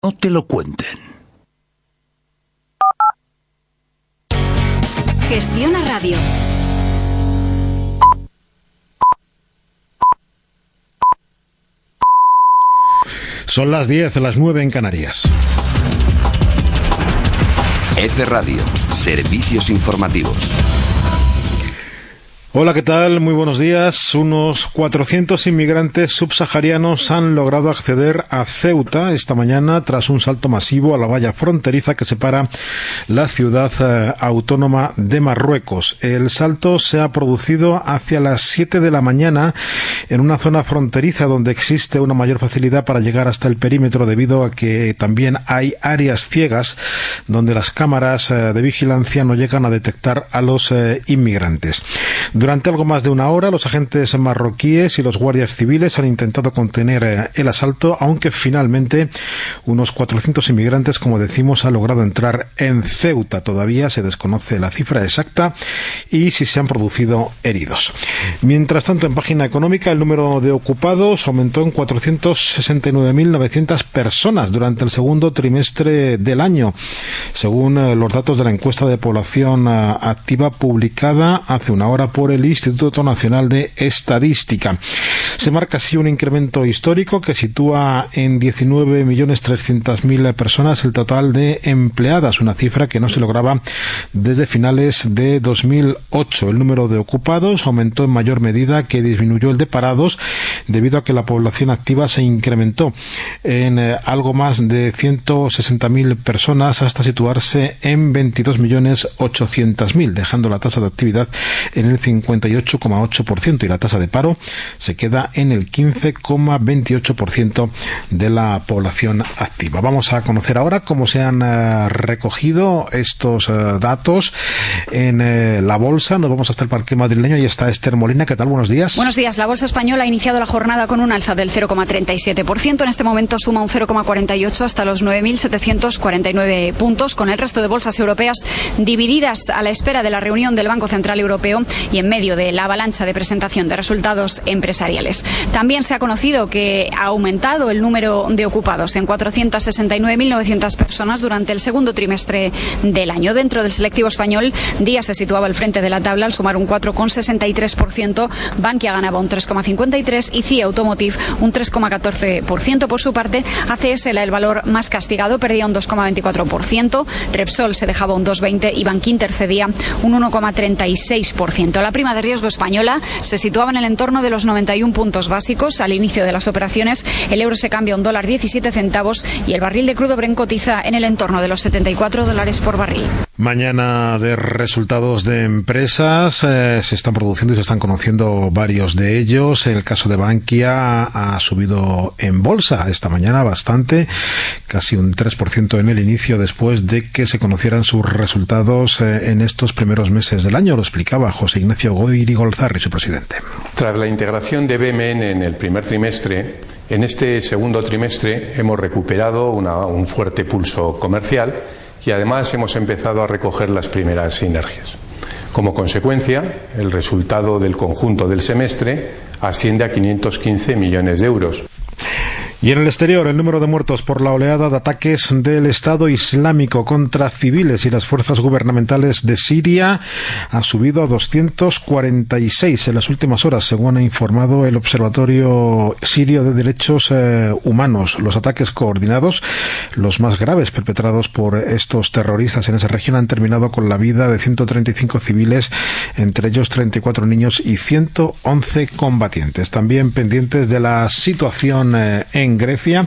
No te lo cuenten. Gestiona Radio. Son las 10, las 9 en Canarias. F Radio, servicios informativos. Hola, ¿qué tal? Muy buenos días. Unos 400 inmigrantes subsaharianos han logrado acceder a Ceuta esta mañana tras un salto masivo a la valla fronteriza que separa la ciudad autónoma de Marruecos. El salto se ha producido hacia las 7 de la mañana en una zona fronteriza donde existe una mayor facilidad para llegar hasta el perímetro debido a que también hay áreas ciegas donde las cámaras de vigilancia no llegan a detectar a los inmigrantes. Durante algo más de una hora, los agentes marroquíes y los guardias civiles han intentado contener el asalto, aunque finalmente unos 400 inmigrantes, como decimos, han logrado entrar en Ceuta. Todavía se desconoce la cifra exacta y si se han producido heridos. Mientras tanto, en página económica, el número de ocupados aumentó en 469.900 personas durante el segundo trimestre del año, según los datos de la encuesta de población activa publicada hace una hora por el Instituto Nacional de Estadística. Se marca así un incremento histórico que sitúa en 19.300.000 personas el total de empleadas, una cifra que no se lograba desde finales de 2008. El número de ocupados aumentó en mayor medida que disminuyó el de parados debido a que la población activa se incrementó en algo más de 160.000 personas hasta situarse en 22.800.000, dejando la tasa de actividad en el 58,8% y la tasa de paro se queda en el 15,28% de la población activa. Vamos a conocer ahora cómo se han recogido estos datos en la bolsa. Nos vamos hasta el parque madrileño y está Esther Molina. ¿Qué tal? Buenos días. Buenos días. La bolsa española ha iniciado la jornada con un alza del 0,37%. En este momento suma un 0,48 hasta los 9.749 puntos, con el resto de bolsas europeas divididas a la espera de la reunión del Banco Central Europeo y en medio de la avalancha de presentación de resultados empresariales. También se ha conocido que ha aumentado el número de ocupados en 469.900 personas durante el segundo trimestre del año. Dentro del selectivo español, Día se situaba al frente de la tabla al sumar un 4,63%, Bankia ganaba un 3,53% y CIA Automotive un 3,14%. Por su parte, ACS, el valor más castigado, perdía un 2,24%, Repsol se dejaba un 2,20% y Bankinter cedía un 1,36%. La prima de riesgo española se situaba en el entorno de los 91 puntos básicos. Al inicio de las operaciones, el euro se cambia a $1.17 y el barril de crudo Brent cotiza en el entorno de los $74 por barril. Mañana de resultados de empresas se están produciendo y se están conociendo varios de ellos. El caso de Bankia ha subido en bolsa esta mañana bastante, casi un 3% en el inicio después de que se conocieran sus resultados en estos primeros meses del año. Lo explicaba José Ignacio Goyri-Golzarri, su presidente. Tras la integración de BMN en el primer trimestre, en este segundo trimestre hemos recuperado un fuerte pulso comercial y además hemos empezado a recoger las primeras sinergias. Como consecuencia, el resultado del conjunto del semestre asciende a 515 millones de euros. Y en el exterior, el número de muertos por la oleada de ataques del Estado Islámico contra civiles y las fuerzas gubernamentales de Siria ha subido a 246 en las últimas horas, según ha informado el Observatorio Sirio de Derechos Humanos. Los ataques coordinados, los más graves perpetrados por estos terroristas en esa región, han terminado con la vida de 135 civiles, entre ellos 34 niños y 111 combatientes. También pendientes de la situación en Grecia,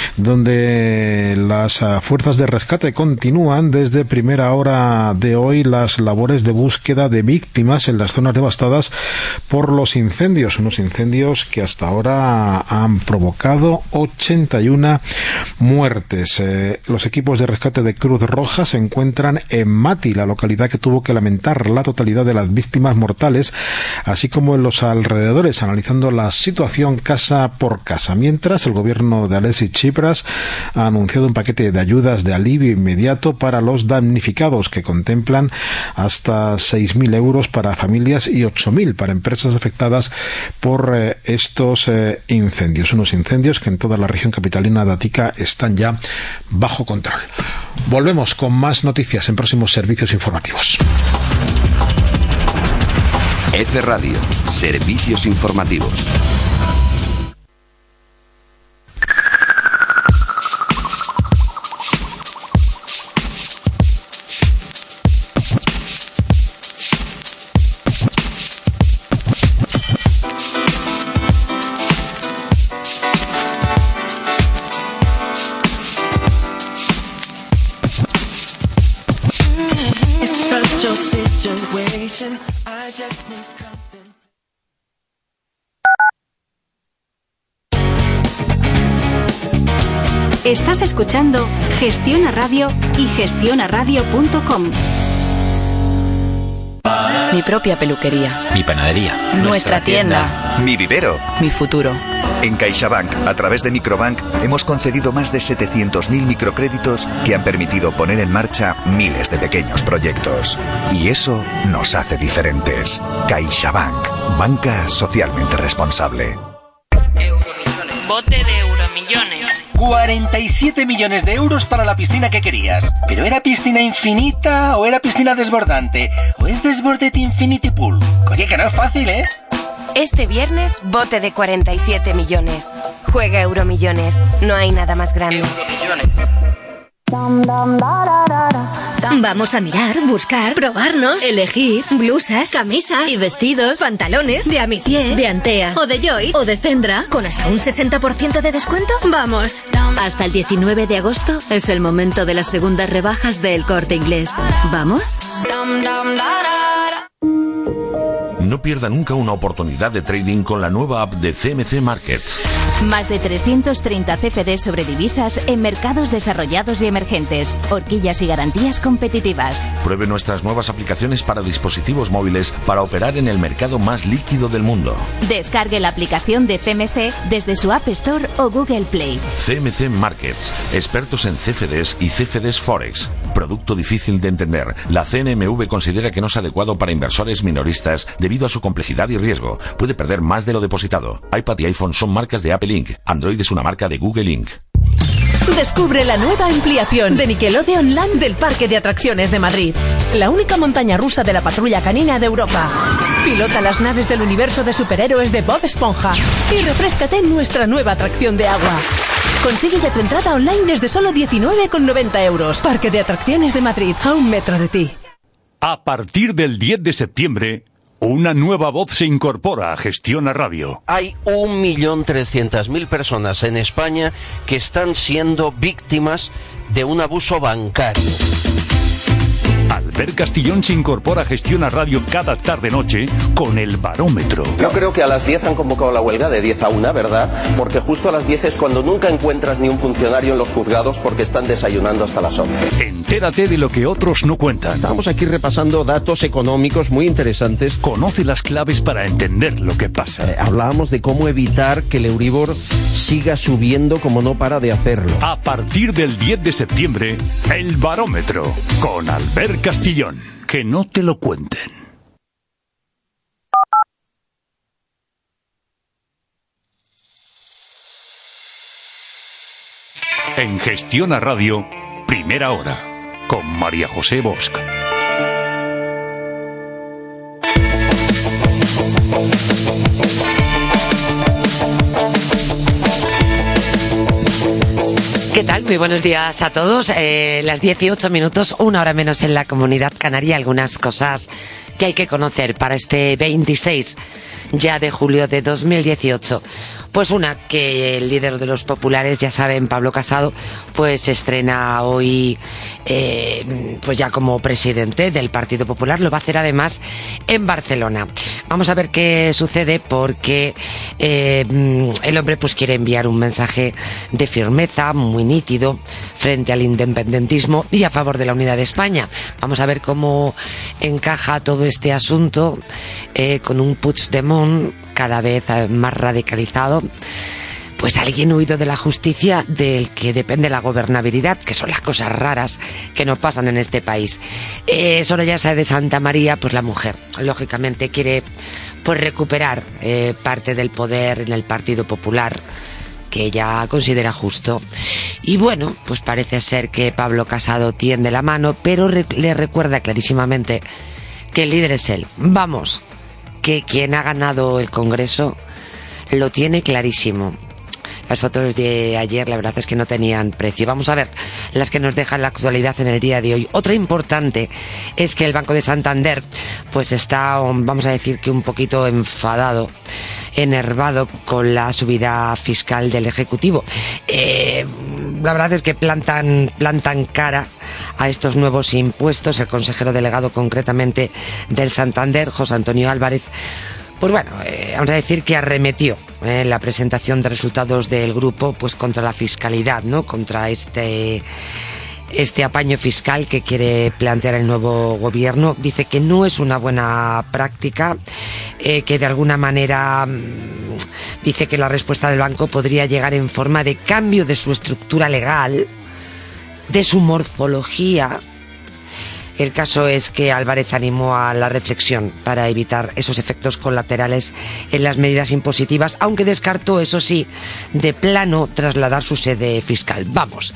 donde las fuerzas de rescate continúan desde primera hora de hoy las labores de búsqueda de víctimas en las zonas devastadas por los incendios, unos incendios que hasta ahora han provocado 81 muertes. Los equipos de rescate de Cruz Roja se encuentran en Mati, la localidad que tuvo que lamentar la totalidad de las víctimas mortales, así como en los alrededores, analizando la situación casa por casa, mientras el gobierno gobierno de Alexis Tsipras ha anunciado un paquete de ayudas de alivio inmediato para los damnificados que contemplan hasta 6.000 euros para familias y 8.000 para empresas afectadas por estos incendios. Unos incendios que en toda la región capitalina de Ática están ya bajo control. Volvemos con más noticias en próximos servicios informativos. F Radio, servicios informativos. Estás escuchando Gestiona Radio y gestionaradio.com. Mi propia peluquería. Mi panadería. Nuestra tienda. Mi vivero. Mi futuro. En CaixaBank, a través de Microbank, hemos concedido más de 700.000 microcréditos que han permitido poner en marcha miles de pequeños proyectos. Y eso nos hace diferentes. CaixaBank, banca socialmente responsable. Bote de Euromillones. 47 millones de euros para la piscina que querías. ¿Pero era piscina infinita o era piscina desbordante? ¿O es Desbordete Infinity Pool? Oye, que no es fácil, ¿eh? Este viernes, bote de 47 millones. Juega Euromillones. No hay nada más grande. Vamos a mirar, buscar, probarnos, elegir blusas, camisas y vestidos, pantalones de Amitié, de Antea o de Joy o de Zendra con hasta un 60% de descuento. ¡Vamos! Hasta el 19 de agosto es el momento de las segundas rebajas del Corte Inglés. ¿Vamos? No pierda nunca una oportunidad de trading con la nueva app de CMC Markets. Más de 330 CFDs sobre divisas en mercados desarrollados y emergentes. Horquillas y garantías competitivas. Pruebe nuestras nuevas aplicaciones para dispositivos móviles para operar en el mercado más líquido del mundo. Descargue la aplicación de CMC desde su App Store o Google Play. CMC Markets, expertos en CFDs y CFDs Forex. Producto difícil de entender. La CNMV considera que no es adecuado para inversores minoristas debido a su complejidad y riesgo. Puede perder más de lo depositado. iPad y iPhone son marcas de Apple Inc. Android es una marca de Google Inc. Descubre la nueva ampliación de Nickelodeon Land del Parque de Atracciones de Madrid. La única montaña rusa de la patrulla canina de Europa. Pilota las naves del universo de superhéroes de Bob Esponja y refréscate en nuestra nueva atracción de agua. Consigue ya tu entrada online desde solo 19,90 euros. Parque de Atracciones de Madrid, a un metro de ti. A partir del 10 de septiembre... una nueva voz se incorpora a Gestiona Radio. Hay 1.300.000 personas en España que están siendo víctimas de un abuso bancario. Albert Castillón se incorpora a Gestiona Radio cada tarde-noche con El Barómetro. Yo creo que a las 10 han convocado la huelga de 10 a 1, ¿verdad? Porque justo a las 10 es cuando nunca encuentras ni un funcionario en los juzgados porque están desayunando hasta las 11. Entérate de lo que otros no cuentan. Estamos aquí repasando datos económicos muy interesantes. Conoce las claves para entender lo que pasa. Hablábamos de cómo evitar que el Euribor siga subiendo como no para de hacerlo. A partir del 10 de septiembre, El Barómetro con Albert Castillón. Que no te lo cuenten. En Gestiona Radio, primera hora, con María José Bosch. ¿Qué tal? Muy buenos días a todos. Las 18 minutos, una hora menos en la Comunidad Canaria. Algunas cosas que hay que conocer para este 26 ya de julio de 2018. Pues una, que el líder de los populares, ya saben, Pablo Casado, pues estrena hoy, pues ya como presidente del Partido Popular. Lo va a hacer además en Barcelona. Vamos a ver qué sucede, porque el hombre pues quiere enviar un mensaje de firmeza muy nítido frente al independentismo y a favor de la unidad de España. Vamos a ver cómo encaja todo este asunto con un Puigdemont cada vez más radicalizado, pues alguien huido de la justicia del que depende la gobernabilidad, que son las cosas raras que no pasan en este país. Soraya Sáez de Santa María, pues la mujer, lógicamente quiere pues recuperar parte del poder en el Partido Popular, que ella considera justo. Y bueno, pues parece ser que Pablo Casado tiende la mano, pero le recuerda clarísimamente que el líder es él. Vamos, que quien ha ganado el Congreso lo tiene clarísimo. Las fotos de ayer, la verdad es que no tenían precio. Vamos a ver las que nos dejan la actualidad en el día de hoy. Otra importante es que el Banco de Santander pues está, vamos a decir que un poquito enfadado, enervado con la subida fiscal del Ejecutivo. La verdad es que plantan cara a estos nuevos impuestos. El consejero delegado concretamente del Santander, José Antonio Álvarez, pues bueno, vamos a decir que arremetió la presentación de resultados del grupo pues contra la fiscalidad, ¿no? Contra este apaño fiscal que quiere plantear el nuevo gobierno. Dice que no es una buena práctica, que de alguna manera dice que la respuesta del banco podría llegar en forma de cambio de su estructura legal, de su morfología. El caso es que Álvarez animó a la reflexión para evitar esos efectos colaterales en las medidas impositivas, aunque descartó, eso sí, de plano trasladar su sede fiscal. Vamos,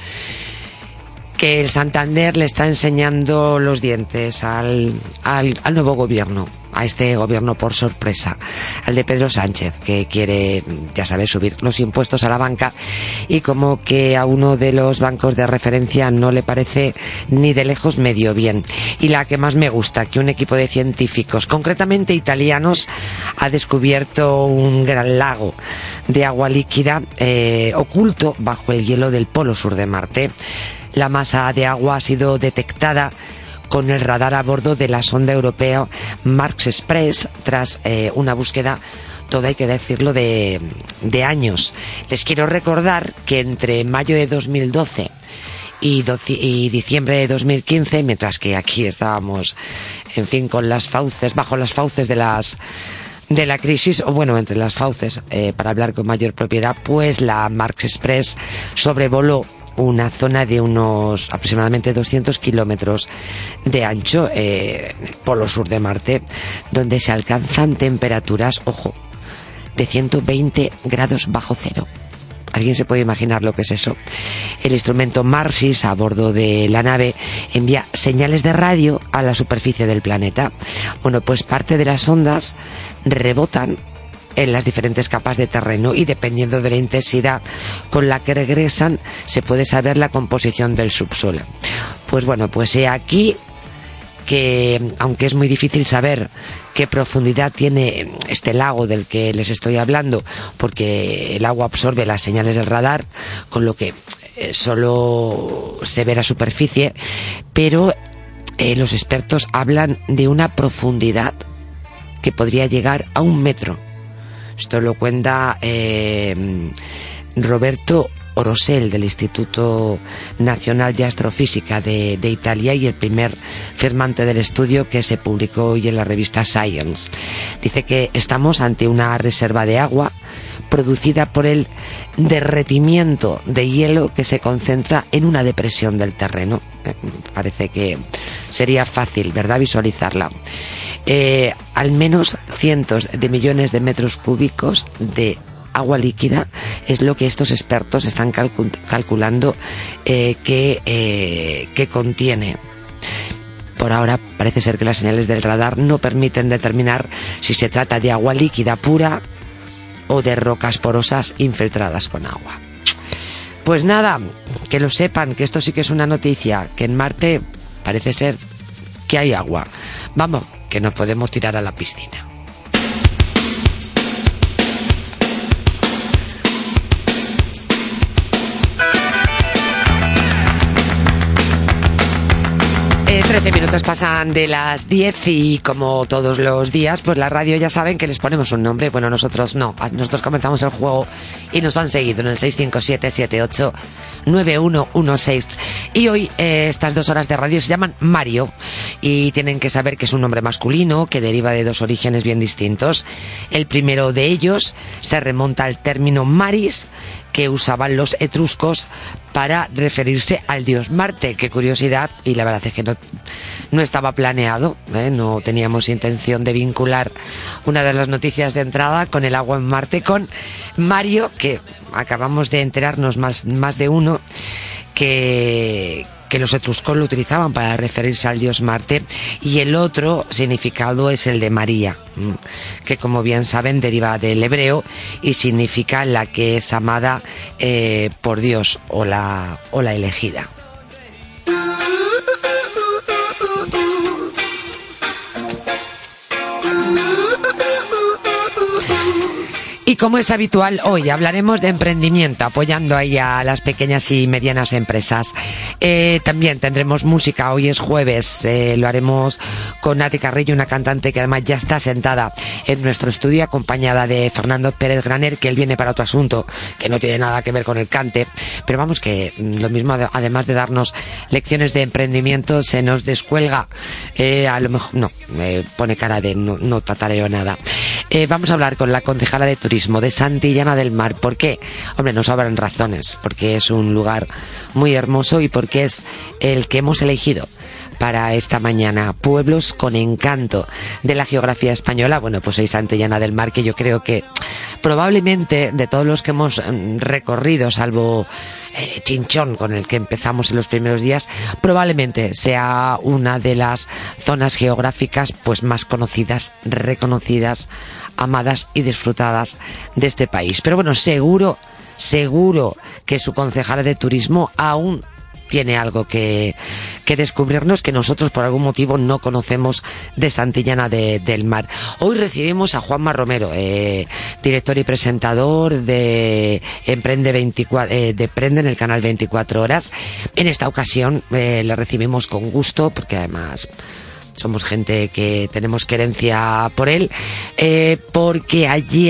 que el Santander le está enseñando los dientes al nuevo gobierno, a este gobierno por sorpresa, al de Pedro Sánchez, que quiere, ya sabes, subir los impuestos a la banca, y como que a uno de los bancos de referencia no le parece ni de lejos medio bien. Y la que más me gusta, que un equipo de científicos, concretamente italianos, ha descubierto un gran lago de agua líquida oculto bajo el hielo del polo sur de Marte. La masa de agua ha sido detectada con el radar a bordo de la sonda europea Mars Express tras una búsqueda, todo hay que decirlo, de años. Les quiero recordar que entre mayo de 2012 y diciembre de 2015, mientras que aquí estábamos, en fin, con las fauces, bajo las fauces de la crisis, o bueno, entre las fauces, para hablar con mayor propiedad, pues la Mars Express sobrevoló una zona de unos aproximadamente 200 kilómetros de ancho, polo sur de Marte, donde se alcanzan temperaturas, ojo, de 120 grados bajo cero. ¿Alguien se puede imaginar lo que es eso? El instrumento Marsis a bordo de la nave envía señales de radio a la superficie del planeta. Bueno, pues parte de las ondas rebotan en las diferentes capas de terreno y dependiendo de la intensidad con la que regresan se puede saber la composición del subsuelo. Pues bueno, pues he aquí que, aunque es muy difícil saber qué profundidad tiene este lago del que les estoy hablando, porque el agua absorbe las señales del radar, con lo que solo se ve la superficie, pero los expertos hablan de una profundidad que podría llegar a 1 metro. Esto lo cuenta Roberto Orosel, del Instituto Nacional de Astrofísica de Italia, y el primer firmante del estudio, que se publicó hoy en la revista Science. Dice que estamos ante una reserva de agua producida por el derretimiento de hielo que se concentra en una depresión del terreno. Parece que sería fácil, ¿verdad?, visualizarla. Al menos cientos de millones de metros cúbicos de agua líquida es lo que estos expertos están calculando que contiene. Por ahora parece ser que las señales del radar no permiten determinar si se trata de agua líquida pura o de rocas porosas infiltradas con agua. Pues nada, que lo sepan, que esto sí que es una noticia, que en Marte parece ser que hay agua. Vamos, que nos podemos tirar a la piscina. Eh, 13 minutos pasan de las 10 y como todos los días, pues la radio ya saben que les ponemos un nombre. Bueno, nosotros no. Nosotros comenzamos el juego y nos han seguido en el 657-78-9116. Y hoy estas 2 horas de radio se llaman Mario y tienen que saber que es un nombre masculino que deriva de 2 orígenes bien distintos. El primero de ellos se remonta al término maris, que usaban los etruscos para referirse al dios Marte. Qué curiosidad, y la verdad es que no estaba planeado, no teníamos intención de vincular una de las noticias de entrada con el agua en Marte, con Mario, que acabamos de enterarnos más de uno que los etruscos lo utilizaban para referirse al dios Marte, y el otro significado es el de María, que como bien saben deriva del hebreo y significa la que es amada por Dios o la elegida. Y como es habitual, hoy hablaremos de emprendimiento, apoyando ahí a las pequeñas y medianas empresas. También tendremos música, hoy es jueves, lo haremos con Nati Carrillo, una cantante que además ya está sentada en nuestro estudio, acompañada de Fernando Pérez Graner, que él viene para otro asunto, que no tiene nada que ver con el cante, pero vamos, que lo mismo, además de darnos lecciones de emprendimiento, se nos descuelga, a lo mejor, no, pone cara de no tatareo nada. Vamos a hablar con la concejala de turismo de Santillana del Mar. ¿Por qué? Hombre, nos sobran razones. Porque es un lugar muy hermoso y porque es el que hemos elegido para esta mañana. Pueblos con encanto de la geografía española. Bueno, pues soy Santillana del Mar, que yo creo que probablemente de todos los que hemos recorrido, salvo Chinchón, con el que empezamos en los primeros días, probablemente sea una de las zonas geográficas pues más conocidas, reconocidas, amadas y disfrutadas de este país. Pero bueno, seguro que su concejala de turismo aún tiene algo que descubrirnos que nosotros por algún motivo no conocemos de Santillana del Mar. Hoy recibimos a Juanma Romero, director y presentador de Emprende en el canal 24 Horas. En esta ocasión le recibimos con gusto, porque además somos gente que tenemos querencia por él, porque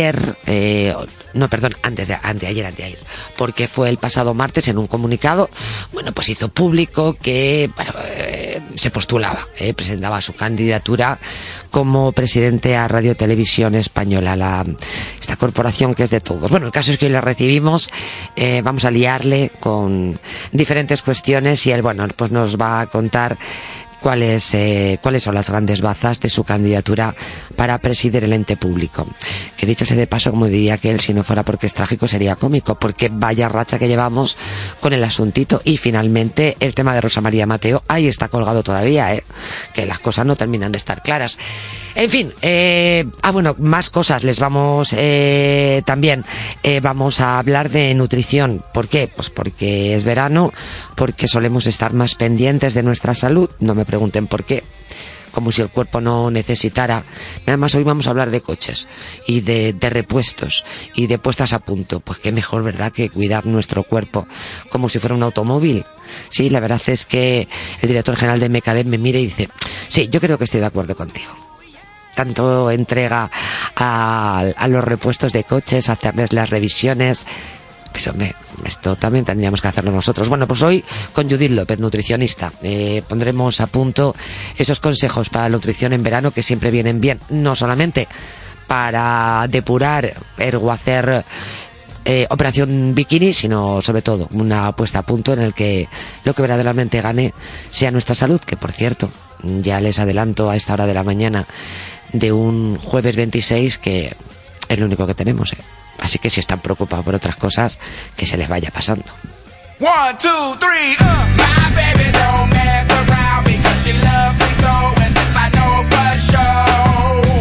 anteayer, porque fue el pasado martes, en un comunicado, bueno, pues hizo público que, se postulaba, presentaba su candidatura como presidente a Radio Televisión Española, esta corporación que es de todos. Bueno, el caso es que hoy le recibimos, vamos a liarle con diferentes cuestiones y él, bueno, pues nos va a contar cuáles son las grandes bazas de su candidatura para presidir el ente público. Que dicho sea de paso, como diría que él, si no fuera porque es trágico sería cómico, porque vaya racha que llevamos con el asuntito. Y finalmente el tema de Rosa María Mateo, ahí está colgado todavía, que las cosas no terminan de estar claras. En fin, bueno, más cosas les vamos también vamos a hablar de nutrición. ¿Por qué? Pues porque es verano, porque solemos estar más pendientes de nuestra salud. No me pregunten por qué, como si el cuerpo no necesitara. Además, hoy vamos a hablar de coches y de repuestos y de puestas a punto. Pues qué mejor, ¿verdad?, que cuidar nuestro cuerpo como si fuera un automóvil. Sí, la verdad es que el director general de Mecadem me mira y dice: sí, yo creo que estoy de acuerdo contigo. Tanto entrega a los repuestos de coches, hacerles las revisiones. Pero esto también tendríamos que hacerlo nosotros. Bueno, pues hoy con Judith López, nutricionista, pondremos a punto esos consejos para la nutrición en verano, que siempre vienen bien, no solamente para depurar, ergo hacer operación bikini, sino sobre todo una puesta a punto en el que lo que verdaderamente gane sea nuestra salud, que por cierto, ya les adelanto a esta hora de la mañana de un jueves 26 que es lo único que tenemos, Así que si están preocupados por otras cosas, que se les vaya pasando. 1, 2, 3, my baby don't mess around because she loves me so, and this I know for sure.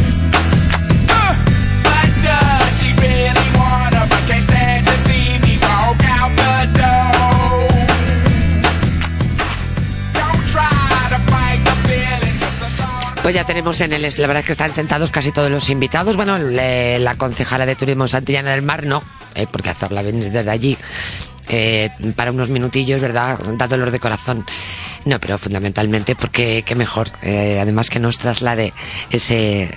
But does she really wanna, but can't stand to see me walk out the door? Don't try to fight the feeling, just the thought. Pues ya tenemos la verdad es que están sentados casi todos los invitados. Bueno, la concejala de turismo Santillana del Mar no, porque hacerla venir desde allí para unos minutillos, ¿verdad?, da dolor de corazón. No, pero fundamentalmente porque qué mejor, además que nos traslade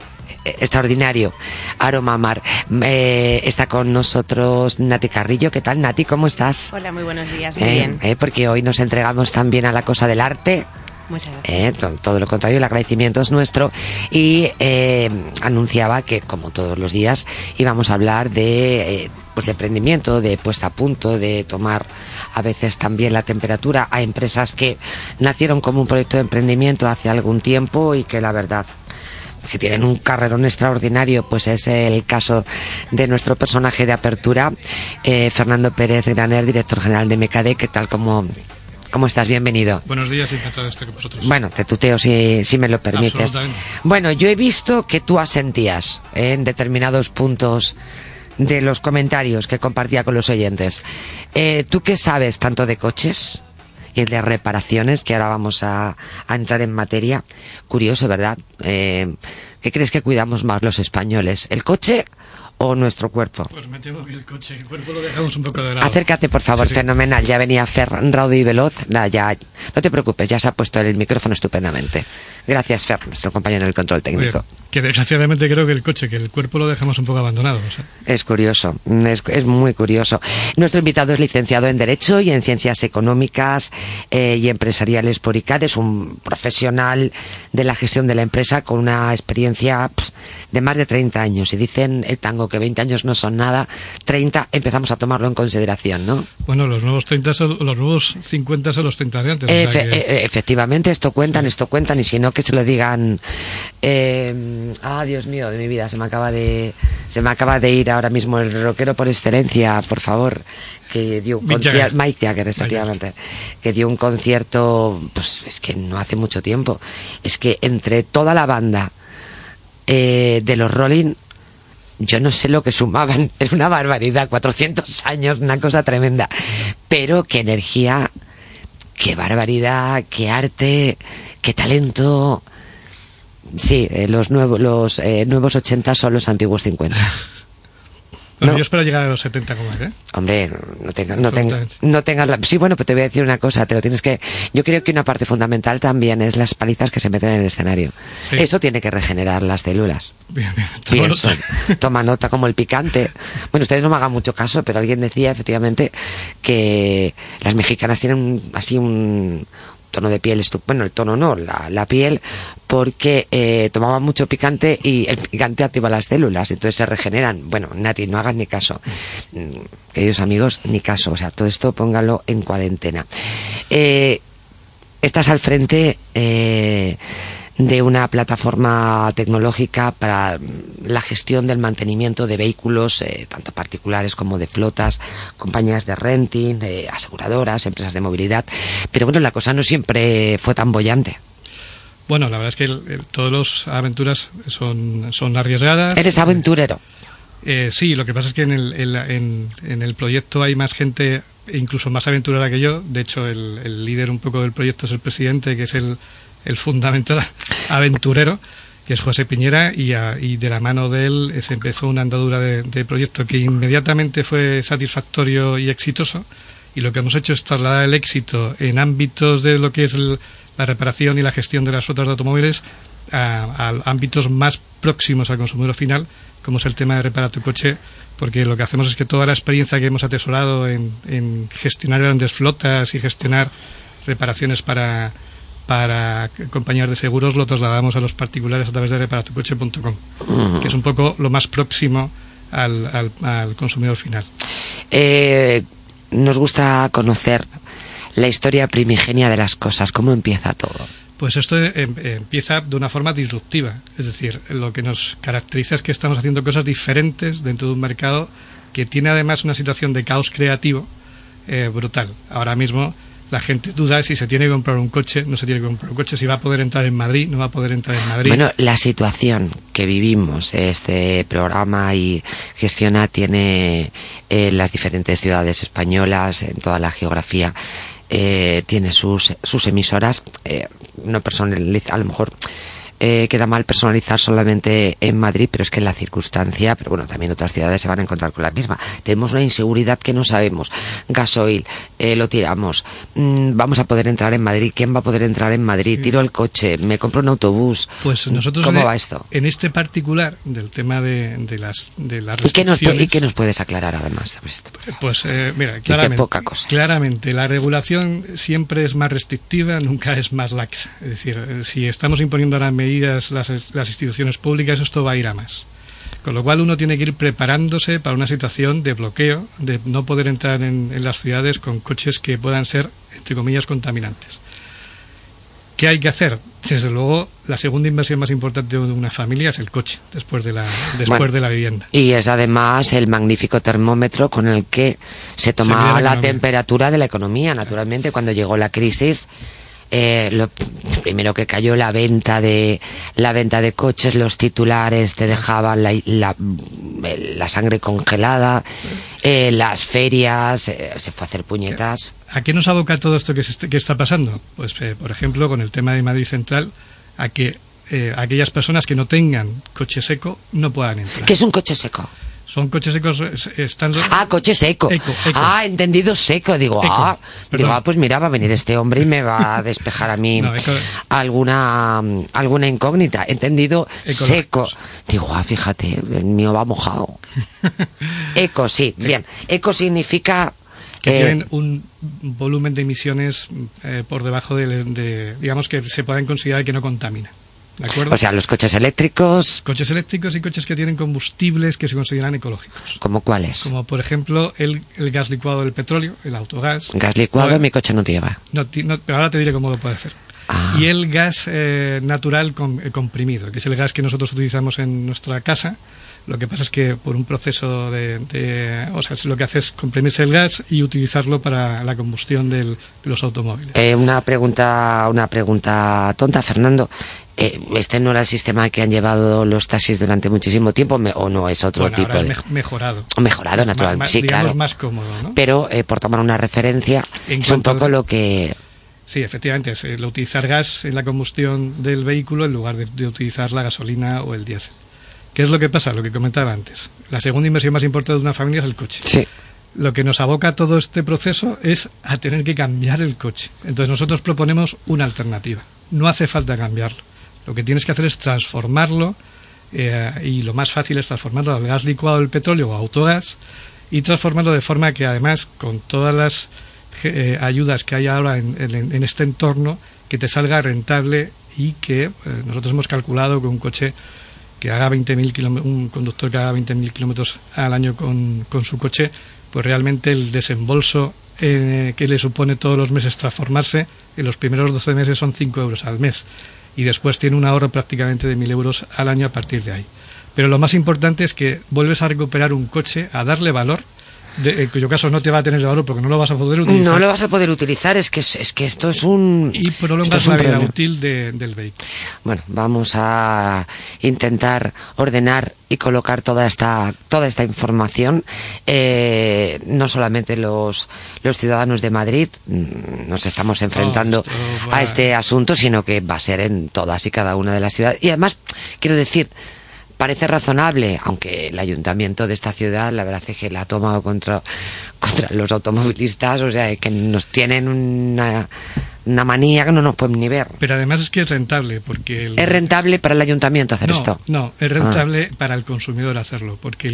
extraordinario aroma a mar. Está con nosotros Nati Carrillo. ¿Qué tal, Nati? ¿Cómo estás? Hola, muy buenos días, muy bien. Porque hoy nos entregamos también a la cosa del arte. Muchas gracias. Todo lo contrario, el agradecimiento es nuestro. Y anunciaba que, como todos los días, íbamos a hablar de emprendimiento, de puesta a punto, de tomar a veces también la temperatura a empresas que nacieron como un proyecto de emprendimiento hace algún tiempo y que la verdad que tienen un carrerón extraordinario. Pues es el caso de nuestro personaje de apertura, Fernando Pérez Graner, director general de Mecade. ¿Qué tal? ¿Cómo estás? Bienvenido. Buenos días, encantado de estar con vosotros. Bueno, te tuteo si me lo permites. Absolutamente. Bueno, yo he visto que tú asentías en determinados puntos de los comentarios que compartía con los oyentes. ¿Tú qué sabes tanto de coches y de reparaciones, que ahora vamos a entrar en materia? Curioso, ¿verdad? ¿Qué crees que cuidamos más los españoles? ¿El coche o nuestro cuerpo? Pues me temo que el coche, el cuerpo lo dejamos un poco de lado. Acércate, por favor, sí. Fenomenal. Ya venía Fer, raudo y veloz. Ya, no te preocupes, ya se ha puesto el micrófono estupendamente. Gracias, Fer, nuestro compañero del control técnico. Oye, que desgraciadamente creo que el coche, que el cuerpo lo dejamos un poco abandonado. O sea. Es curioso, es muy curioso. Nuestro invitado es licenciado en Derecho y en Ciencias Económicas y Empresariales por ICAD. Es un profesional de la gestión de la empresa con una experiencia de más de 30 años. Y dicen el tango que 20 años no son nada, 30 empezamos a tomarlo en consideración, ¿no? Bueno, los nuevos 50 son los 30 de antes. Efectivamente, esto cuentan, y si no, que se lo digan. Dios mío, de mi vida, se me acaba de ir ahora mismo el rockero por excelencia, por favor, que dio un concierto, Mike Jagger, efectivamente, que dio un concierto, pues es que no hace mucho tiempo, es que entre toda la banda de los Rolling, yo no sé lo que sumaban, es una barbaridad, 400 años, una cosa tremenda, pero qué energía, qué barbaridad, qué arte, qué talento. Sí, los nuevos 80 son los antiguos 50. Bueno, ¿no? Yo espero llegar a los 70 como él, Hombre, no tengas la... Sí, bueno, pues te voy a decir una cosa, te lo tienes que... Yo creo que una parte fundamental también es las palizas que se meten en el escenario. Sí. Eso tiene que regenerar las células. Bien. Toma nota, como el picante. Bueno, ustedes no me hagan mucho caso, pero alguien decía efectivamente que las mexicanas tienen así un tono de piel, bueno, el tono no, la piel, porque tomaban mucho picante y el picante activa las células, entonces se regeneran. Bueno, Nati, no hagas ni caso, queridos amigos, ni caso, o sea, todo esto póngalo en cuarentena. Estás al frente de una plataforma tecnológica para la gestión del mantenimiento de vehículos, tanto particulares como de flotas, compañías de renting, aseguradoras, empresas de movilidad. Pero bueno, la cosa no siempre fue tan bollante. Bueno, la verdad es que todas las aventuras son arriesgadas. ¿Eres aventurero? Sí, lo que pasa es que en el proyecto hay más gente, incluso más aventurera que yo. De hecho, el líder un poco del proyecto es el presidente, que es el fundamental aventurero, que es José Piñera, y de la mano de él se empezó una andadura de proyecto que inmediatamente fue satisfactorio y exitoso, y lo que hemos hecho es trasladar el éxito en ámbitos de lo que es la reparación y la gestión de las flotas de automóviles a ámbitos más próximos al consumidor final, como es el tema de Repara tu coche, porque lo que hacemos es que toda la experiencia que hemos atesorado en gestionar grandes flotas y gestionar reparaciones para compañías de seguros lo trasladamos a los particulares a través de reparatucoche.com, que es un poco lo más próximo al consumidor final. Nos gusta conocer la historia primigenia de las cosas. ¿Cómo empieza todo? Pues esto empieza de una forma disruptiva, es decir, lo que nos caracteriza es que estamos haciendo cosas diferentes dentro de un mercado que tiene además una situación de caos creativo brutal. Ahora mismo la gente duda si se tiene que comprar un coche, no se tiene que comprar un coche, si va a poder entrar en Madrid, no va a poder entrar en Madrid. Bueno, la situación que vivimos, este programa y Gestiona tiene las diferentes ciudades españolas, en toda la geografía, tiene sus emisoras, no personaliza, a lo mejor queda mal personalizar solamente en Madrid, pero es que en la circunstancia, pero bueno, también otras ciudades se van a encontrar con la misma. Tenemos una inseguridad que no sabemos. Gasoil, lo tiramos. Vamos a poder entrar en Madrid. ¿Quién va a poder entrar en Madrid? Tiro el coche, me compro un autobús. Pues nosotros ¿Cómo va esto? En este particular del tema de las restricciones. ¿Y qué nos puedes aclarar además sobre esto? Pues mira, poca cosa. Claramente, la regulación siempre es más restrictiva, nunca es más laxa. Es decir, si estamos imponiendo ahora medidas las instituciones públicas, esto va a ir a más. Con lo cual uno tiene que ir preparándose para una situación de bloqueo, de no poder entrar en las ciudades con coches que puedan ser, entre comillas, contaminantes. ¿Qué hay que hacer? Desde luego, la segunda inversión más importante de una familia es el coche, después de la vivienda. Y es además el magnífico termómetro con el que se toma la temperatura de la economía. Naturalmente, cuando llegó la crisis, lo primero que cayó la venta de coches, los titulares te dejaban la sangre congelada, las ferias, se fue a hacer puñetas. ¿A qué nos aboca todo esto que está pasando? Pues por ejemplo con el tema de Madrid Central, a que aquellas personas que no tengan coche seco no puedan entrar. ¿Qué es un coche seco? Son coches secos, coche seco. Eco. Entendido seco. Digo, pues mira, va a venir este hombre y me va a despejar a mí alguna incógnita. Entendido seco. Digo, fíjate, el mío va mojado. Eco, sí, bien. Eco significa que tienen un volumen de emisiones por debajo digamos que se pueden considerar que no contaminan. ¿De acuerdo? O sea, los coches eléctricos... Coches eléctricos y coches que tienen combustibles que se consideran ecológicos. ¿Cómo cuáles? Como, por ejemplo, el gas licuado del petróleo, el autogás. Gas licuado mi coche no lleva. No, pero ahora te diré cómo lo puede hacer. Y el gas natural comprimido, que es el gas que nosotros utilizamos en nuestra casa. Lo que pasa es que por un proceso o sea, lo que hace es comprimirse el gas y utilizarlo para la combustión de los automóviles. Una pregunta tonta, Fernando. ¿Este no era el sistema que han llevado los taxis durante muchísimo tiempo o no es otro tipo ahora de...? Mejorado. Mejorado, naturalmente, sí, digamos, claro. Más cómodo, ¿no? Pero, por tomar una referencia, es un poco lo que... Sí, efectivamente, es utilizar gas en la combustión del vehículo en lugar de utilizar la gasolina o el diésel. ¿Qué es lo que pasa? Lo que comentaba antes. La segunda inversión más importante de una familia es el coche. Sí. Lo que nos aboca a todo este proceso es a tener que cambiar el coche. Entonces nosotros proponemos una alternativa. No hace falta cambiarlo. Lo que tienes que hacer es transformarlo, y lo más fácil es transformarlo al gas licuado del petróleo o autogás, y transformarlo de forma que además con todas las ayudas que hay ahora en este entorno, que te salga rentable y que nosotros hemos calculado que un coche que haga 20.000 kilómetros, un conductor que haga 20.000 kilómetros al año con su coche, pues realmente el desembolso que le supone todos los meses transformarse, en los primeros 12 meses son 5 euros al mes. Y después tiene un ahorro prácticamente de 1.000 euros al año a partir de ahí. Pero lo más importante es que vuelves a recuperar un coche, a darle valor, en cuyo caso no te va a tener valor porque no lo vas a poder utilizar. No lo vas a poder utilizar, es que esto es un... Y prolongas la vida útil del vehículo. Bueno, vamos a intentar ordenar y colocar toda esta información. No solamente los ciudadanos de Madrid nos estamos enfrentando a este asunto, sino que va a ser en todas y cada una de las ciudades. Y además, quiero decir, parece razonable, aunque el ayuntamiento de esta ciudad, la verdad es que la ha tomado contra los automovilistas, o sea, que nos tienen una manía que no nos pueden ni ver. Pero además es que es rentable, porque... ¿Es rentable para el ayuntamiento hacer esto? No, es rentable para el consumidor hacerlo, porque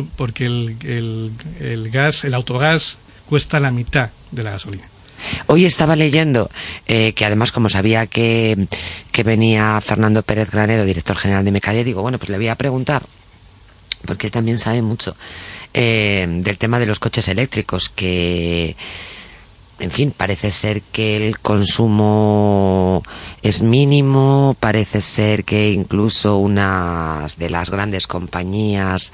el gas, el autogás, cuesta la mitad de la gasolina. Hoy estaba leyendo que además, como sabía que venía Fernando Pérez Granero, director general de Mecalia, digo, bueno, pues le voy a preguntar, porque él también sabe mucho del tema de los coches eléctricos, que, en fin, parece ser que el consumo es mínimo, parece ser que incluso una de las grandes compañías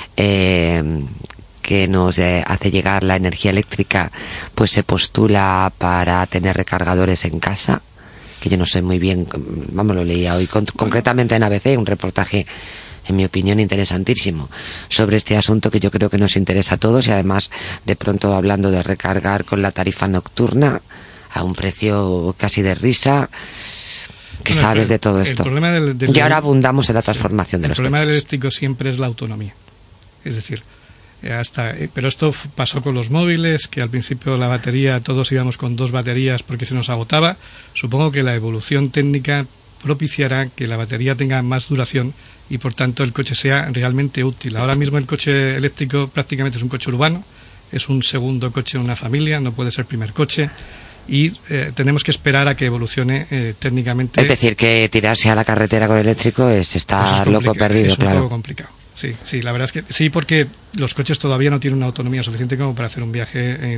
que nos hace llegar la energía eléctrica, pues se postula para tener recargadores en casa, que yo no sé muy bien, vamos, lo leía hoy concretamente en ABC, un reportaje, en mi opinión, interesantísimo sobre este asunto que yo creo que nos interesa a todos, y además, de pronto, hablando de recargar con la tarifa nocturna a un precio casi de risa, que sabes de todo esto. El problema y ahora abundamos en la transformación de los coches. El problema del eléctrico siempre es la autonomía. Es decir, pero esto pasó con los móviles, que al principio la batería, todos íbamos con 2 baterías porque se nos agotaba. Supongo que la evolución técnica propiciará que la batería tenga más duración y por tanto el coche sea realmente útil. Ahora mismo el coche eléctrico prácticamente es un coche urbano, es un segundo coche en una familia, no puede ser primer coche, y tenemos que esperar a que evolucione técnicamente. Es decir, que tirarse a la carretera con eléctrico es estar loco perdido, claro. Es un poco complicado. Sí, la verdad es que sí, porque los coches todavía no tienen una autonomía suficiente como para hacer un viaje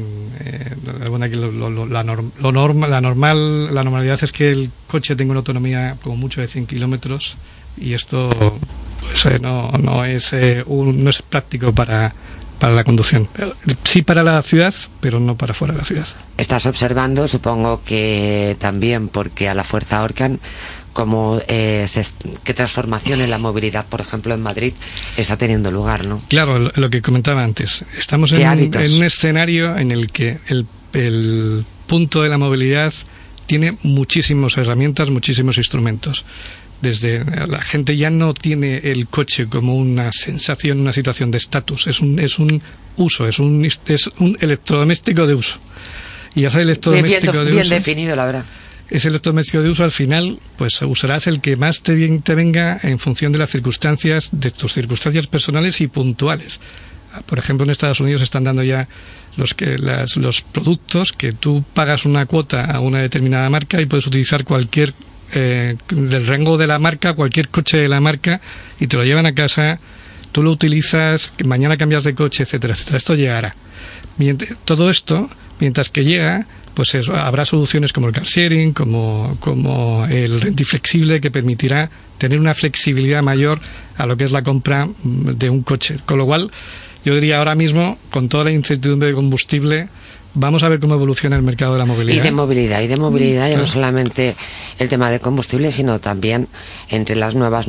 la normalidad es que el coche tenga una autonomía como mucho de 100 kilómetros y esto pues, no es práctico para la conducción. Sí para la ciudad, pero no para fuera de la ciudad. Estás observando, supongo que también porque a la fuerza ahorcan, como qué transformación en la movilidad, por ejemplo, en Madrid está teniendo lugar, ¿no? Claro, lo que comentaba antes. Estamos en un escenario en el que el punto de la movilidad tiene muchísimas herramientas, muchísimos instrumentos. Desde la gente ya no tiene el coche como una sensación, una situación de estatus, es un uso, es un electrodoméstico de uso. Y ese electrodoméstico de uso, bien definido, la verdad. Ese electrodoméstico de uso, al final, pues usarás el que más te venga en función de las circunstancias, de tus circunstancias personales y puntuales. Por ejemplo, en Estados Unidos están dando ya los productos que tú pagas una cuota a una determinada marca y puedes utilizar cualquier del rango de la marca, cualquier coche de la marca, y te lo llevan a casa, tú lo utilizas, mañana cambias de coche, etcétera, etcétera. Esto llegará. Todo esto, mientras que llega, pues habrá soluciones como el car sharing, como el rentiflexible, que permitirá tener una flexibilidad mayor a lo que es la compra de un coche. Con lo cual, yo diría ahora mismo, con toda la incertidumbre de combustible, vamos a ver cómo evoluciona el mercado de la movilidad. Y de movilidad, ya no solamente el tema de combustible, sino también entre las nuevas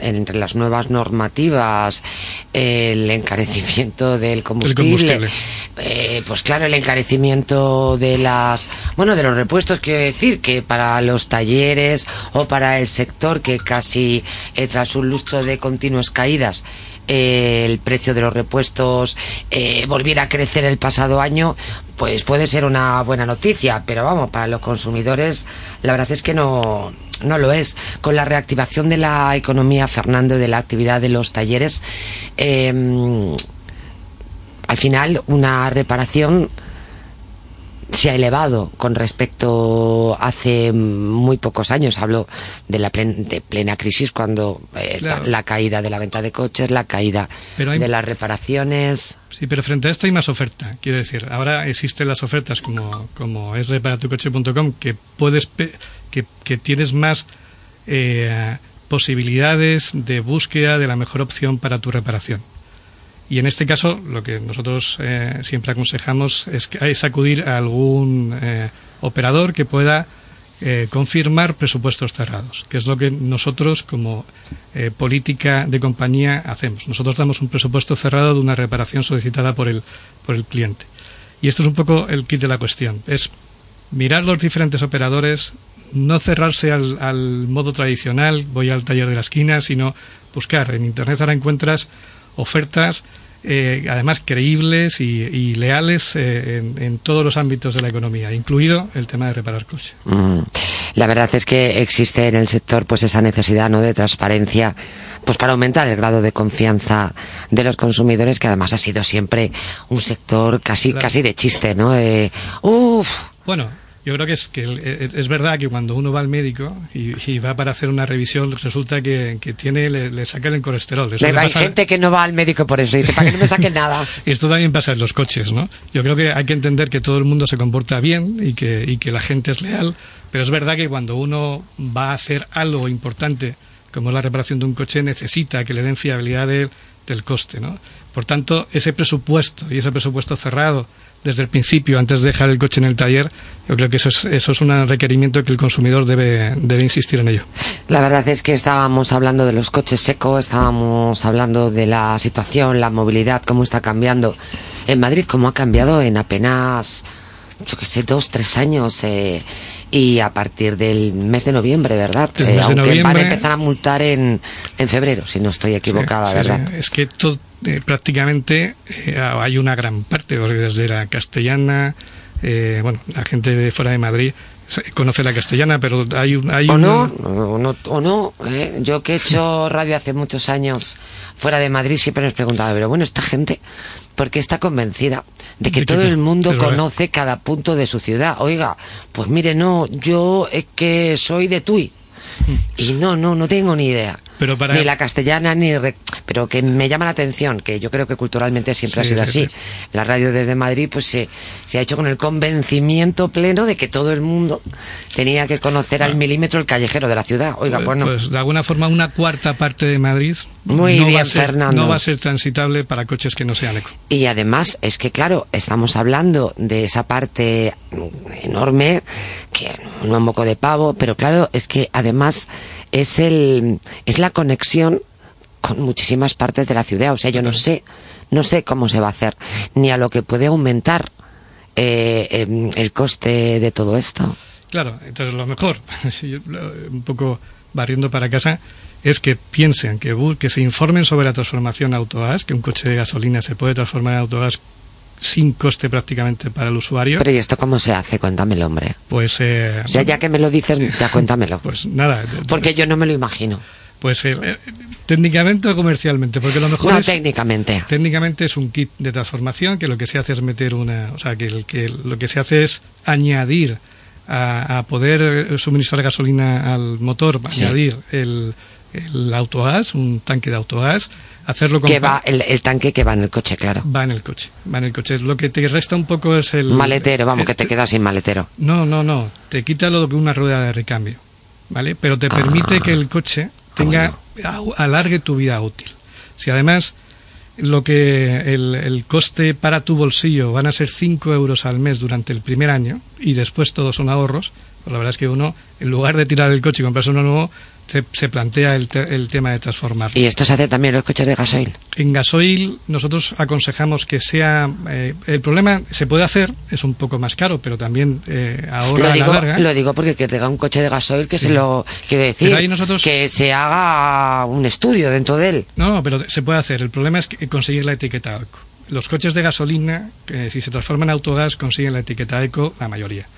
normativas, el encarecimiento del combustible. Pues claro, el encarecimiento de los repuestos, quiero decir, que para los talleres o para el sector que casi tras un lustro de continuas caídas, el precio de los repuestos volviera a crecer el pasado año, pues puede ser una buena noticia, pero vamos, para los consumidores la verdad es que no lo es. Con la reactivación de la economía, Fernando, de la actividad de los talleres, al final una reparación se ha elevado con respecto hace muy pocos años. Hablo de plena crisis, cuando la caída de la venta de coches, la caída de las reparaciones. Sí, pero frente a esto hay más oferta. Quiero decir, ahora existen las ofertas como es reparatucoche.com, que que tienes más posibilidades de búsqueda de la mejor opción para tu reparación. Y en este caso, lo que nosotros siempre aconsejamos es acudir a algún operador que pueda confirmar presupuestos cerrados, que es lo que nosotros como política de compañía hacemos. Nosotros damos un presupuesto cerrado de una reparación solicitada por el cliente. Y esto es un poco el kit de la cuestión. Es mirar los diferentes operadores, no cerrarse al modo tradicional, voy al taller de la esquina, sino buscar. En Internet ahora encuentras ofertas además creíbles y leales en todos los ámbitos de la economía, incluido el tema de reparar coches. La verdad es que existe en el sector pues esa necesidad, ¿no?, de transparencia, pues para aumentar el grado de confianza de los consumidores, que además ha sido siempre un sector casi de chiste, ¿no? Bueno, yo creo que es verdad que cuando uno va al médico y va para hacer una revisión, resulta que le sacan el colesterol. Hay gente que no va al médico por eso, y dice, para que no me saquen nada. Y esto también pasa en los coches, ¿no? Yo creo que hay que entender que todo el mundo se comporta bien y que la gente es leal, pero es verdad que cuando uno va a hacer algo importante, como es la reparación de un coche, necesita que le den fiabilidad del coste, ¿no? Por tanto, ese presupuesto cerrado desde el principio, antes de dejar el coche en el taller, yo creo que eso es un requerimiento que el consumidor debe insistir en ello. La verdad es que estábamos hablando de los coches secos, estábamos hablando de la situación, la movilidad, cómo está cambiando en Madrid, cómo ha cambiado en apenas, 2-3 años y a partir del mes de noviembre, ¿verdad? El mes de aunque noviembre, van a empezar a multar en febrero, si no estoy equivocada, ¿verdad? Sí. Es que prácticamente hay una gran parte, porque desde la Castellana, la gente de fuera de Madrid conoce la Castellana, pero hay no, yo que he hecho radio hace muchos años fuera de Madrid siempre nos preguntaba, pero bueno, esta gente, ¿por qué está convencida de que todo el mundo conoce cada punto de su ciudad? Oiga, pues mire, no, yo es que soy de Tui y no tengo ni idea. Ni la Castellana, pero que me llama la atención, que yo creo que culturalmente siempre ha sido así. La radio desde Madrid pues se ha hecho con el convencimiento pleno de que todo el mundo tenía que conocer al milímetro el callejero de la ciudad. Oiga, pues de alguna forma una cuarta parte de Madrid Fernando, no va a ser transitable para coches que no sean eco. Y además es que claro, estamos hablando de esa parte enorme, que no es moco de pavo, pero claro, es que además es la conexión con muchísimas partes de la ciudad. O sea, yo no sé cómo se va a hacer, ni a lo que puede aumentar el coste de todo esto. Claro, entonces lo mejor, un poco barriendo para casa, es que piensen, que se informen sobre la transformación a autogas, que un coche de gasolina se puede transformar en autogas sin coste prácticamente para el usuario. Pero ¿y esto cómo se hace? Cuéntamelo, hombre. Pues o sea, ya que me lo dices, ya cuéntamelo. Pues nada. Porque yo no me lo imagino. Pues técnicamente o comercialmente, porque lo mejor técnicamente es un kit de transformación, que lo que se hace es meter que lo que se hace es añadir a poder suministrar gasolina al motor, añadir el autogás, un tanque de autogás, hacerlo con... Que va, el tanque que va en el coche, claro. Va en el coche. Lo que te resta un poco es el... Maletero, que te quedas sin maletero. No, te quita lo que una rueda de recambio, ¿vale? Pero te permite que el coche alargue tu vida útil. Si además lo que el coste para tu bolsillo van a ser 5 euros al mes durante el primer año y después todos son ahorros, pues la verdad es que uno, en lugar de tirar el coche y comprarse uno nuevo, se plantea el tema de transformarlo. ¿Y esto se hace también en los coches de gasoil? En gasoil nosotros aconsejamos que sea... el problema se puede hacer, es un poco más caro, pero también ahorra a la larga. Lo digo porque que tenga un coche de gasoil que se lo... Quiere decir que se haga un estudio dentro de él. No, pero se puede hacer. El problema es conseguir la etiqueta eco. Los coches de gasolina, si se transforman en autogás, consiguen la etiqueta eco la mayoría.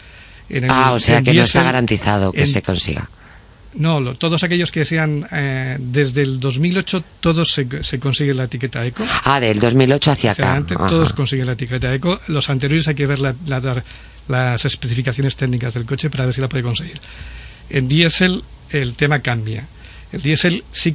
O sea que no está garantizado que se consiga. No, todos aquellos que sean desde el 2008, todos se consiguen la etiqueta eco. Del 2008 hacia acá. Todos consiguen la etiqueta eco. Los anteriores hay que ver las especificaciones técnicas del coche para ver si la puede conseguir. En diésel el tema cambia. El diésel sí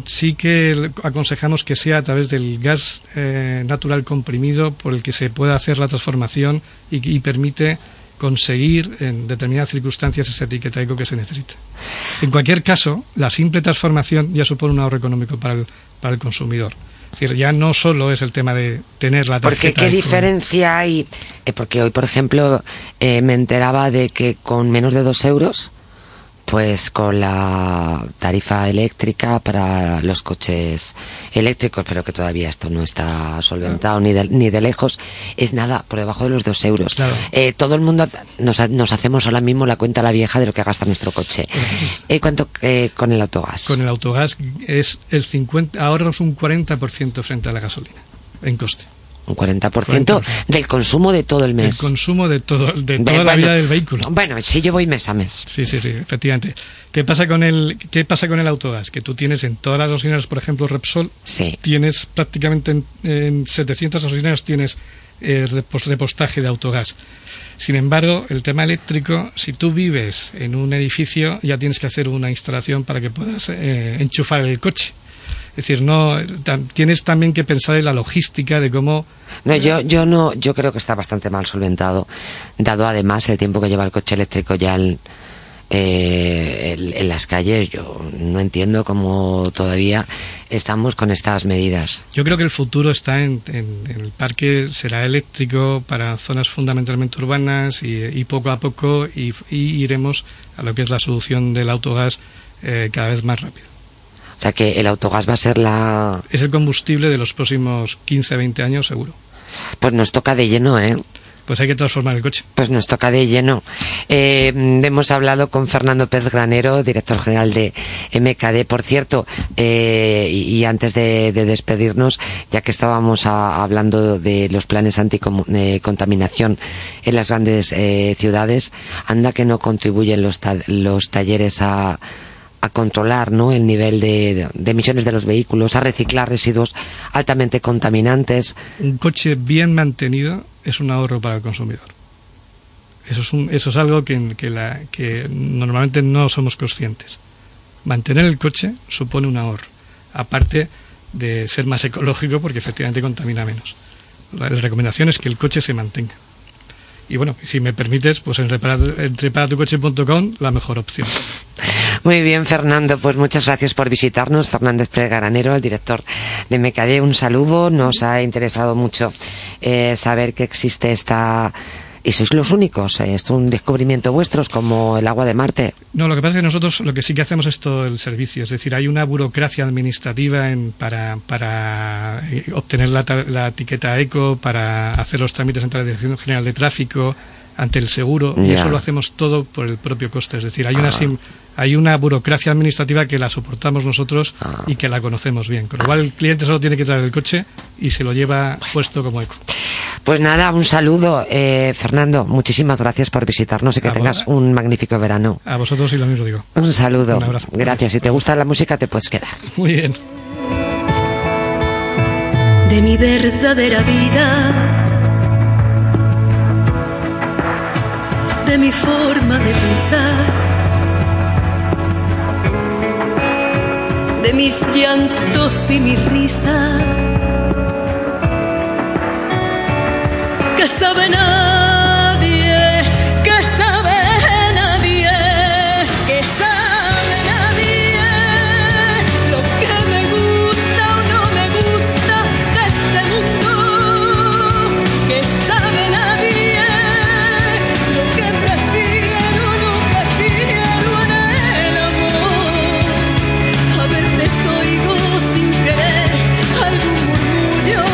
que aconsejamos que sea a través del gas natural comprimido por el que se pueda hacer la transformación y permite conseguir en determinadas circunstancias esa etiqueta eco que se necesita. En cualquier caso, la simple transformación ya supone un ahorro económico para el consumidor. Es decir, ya no solo es el tema de tener la tarjeta. Porque ¿qué diferencia hay? Porque hoy, por ejemplo, me enteraba de que con menos de 2 euros, pues con la tarifa eléctrica para los coches eléctricos, pero que todavía esto no está solventado ni de lejos, es nada, por debajo de los 2 euros. Claro. Todo el mundo nos hacemos ahora mismo la cuenta a la vieja de lo que gasta nuestro coche. ¿Cuánto con el autogás? Con el autogás es ahorras un 40% frente a la gasolina en coste. Un 40% del consumo de todo el mes. El consumo de toda la vida del vehículo. Bueno, si yo voy mes a mes. Sí, efectivamente. ¿Qué pasa con el autogás? Que tú tienes en todas las gasolineras, por ejemplo, Repsol, tienes prácticamente en 700 gasolineras tienes repostaje de autogás. Sin embargo, el tema eléctrico, si tú vives en un edificio, ya tienes que hacer una instalación para que puedas enchufar el coche. Es decir, tienes también que pensar en la logística de cómo... Yo creo que está bastante mal solventado, dado además el tiempo que lleva el coche eléctrico ya en las calles. Yo no entiendo cómo todavía estamos con estas medidas. Yo creo que el futuro está en el parque, será eléctrico para zonas fundamentalmente urbanas y poco a poco y iremos a lo que es la solución del autogás cada vez más rápido. O sea que el autogás va a ser es el combustible de los próximos 15-20 años, seguro. Pues nos toca de lleno, ¿eh? pues hay que transformar el coche. Pues nos toca de lleno. Hemos hablado con Fernando Pérez Granero, director general de MKD. Por cierto, y antes de despedirnos, ya que estábamos hablando de los planes anticontaminación en las grandes ciudades, anda que no contribuyen los talleres a controlar, ¿no?, el nivel de emisiones de los vehículos, a reciclar residuos altamente contaminantes. Un coche bien mantenido es un ahorro para el consumidor. Eso es algo que normalmente no somos conscientes. Mantener el coche supone un ahorro, aparte de ser más ecológico, porque efectivamente contamina menos. La recomendación es que el coche se mantenga. Y bueno, si me permites, pues en reparatucoche.com la mejor opción. Muy bien, Fernando, pues muchas gracias por visitarnos. Fernández Pérez Granero, el director de MKD, un saludo. Nos ha interesado mucho saber que existe esta... Y sois los únicos, es un descubrimiento vuestro, es como el agua de Marte. No, lo que pasa es que nosotros lo que sí que hacemos es todo el servicio, es decir, hay una burocracia administrativa para obtener la etiqueta eco, para hacer los trámites ante la Dirección General de Tráfico, ante el seguro, y eso lo hacemos todo por el propio coste, es decir, hay una burocracia administrativa que la soportamos nosotros y que la conocemos bien, con lo cual el cliente solo tiene que traer el coche y se lo lleva puesto como eco. Pues nada, un saludo, Fernando, muchísimas gracias por visitarnos y que tengas un magnífico verano. A vosotros y lo mismo digo. Un saludo. Un abrazo. Gracias. Si te gusta la música te puedes quedar. Muy bien. De mi verdadera vida, de mi forma de pensar, de mis llantos y mi risa, que sabe nadie, que sabe nadie, que sabe nadie lo que me gusta o no me gusta de este mundo, que sabe nadie lo que prefiero o no prefiero en el amor. A veces oigo sin querer algún murmullo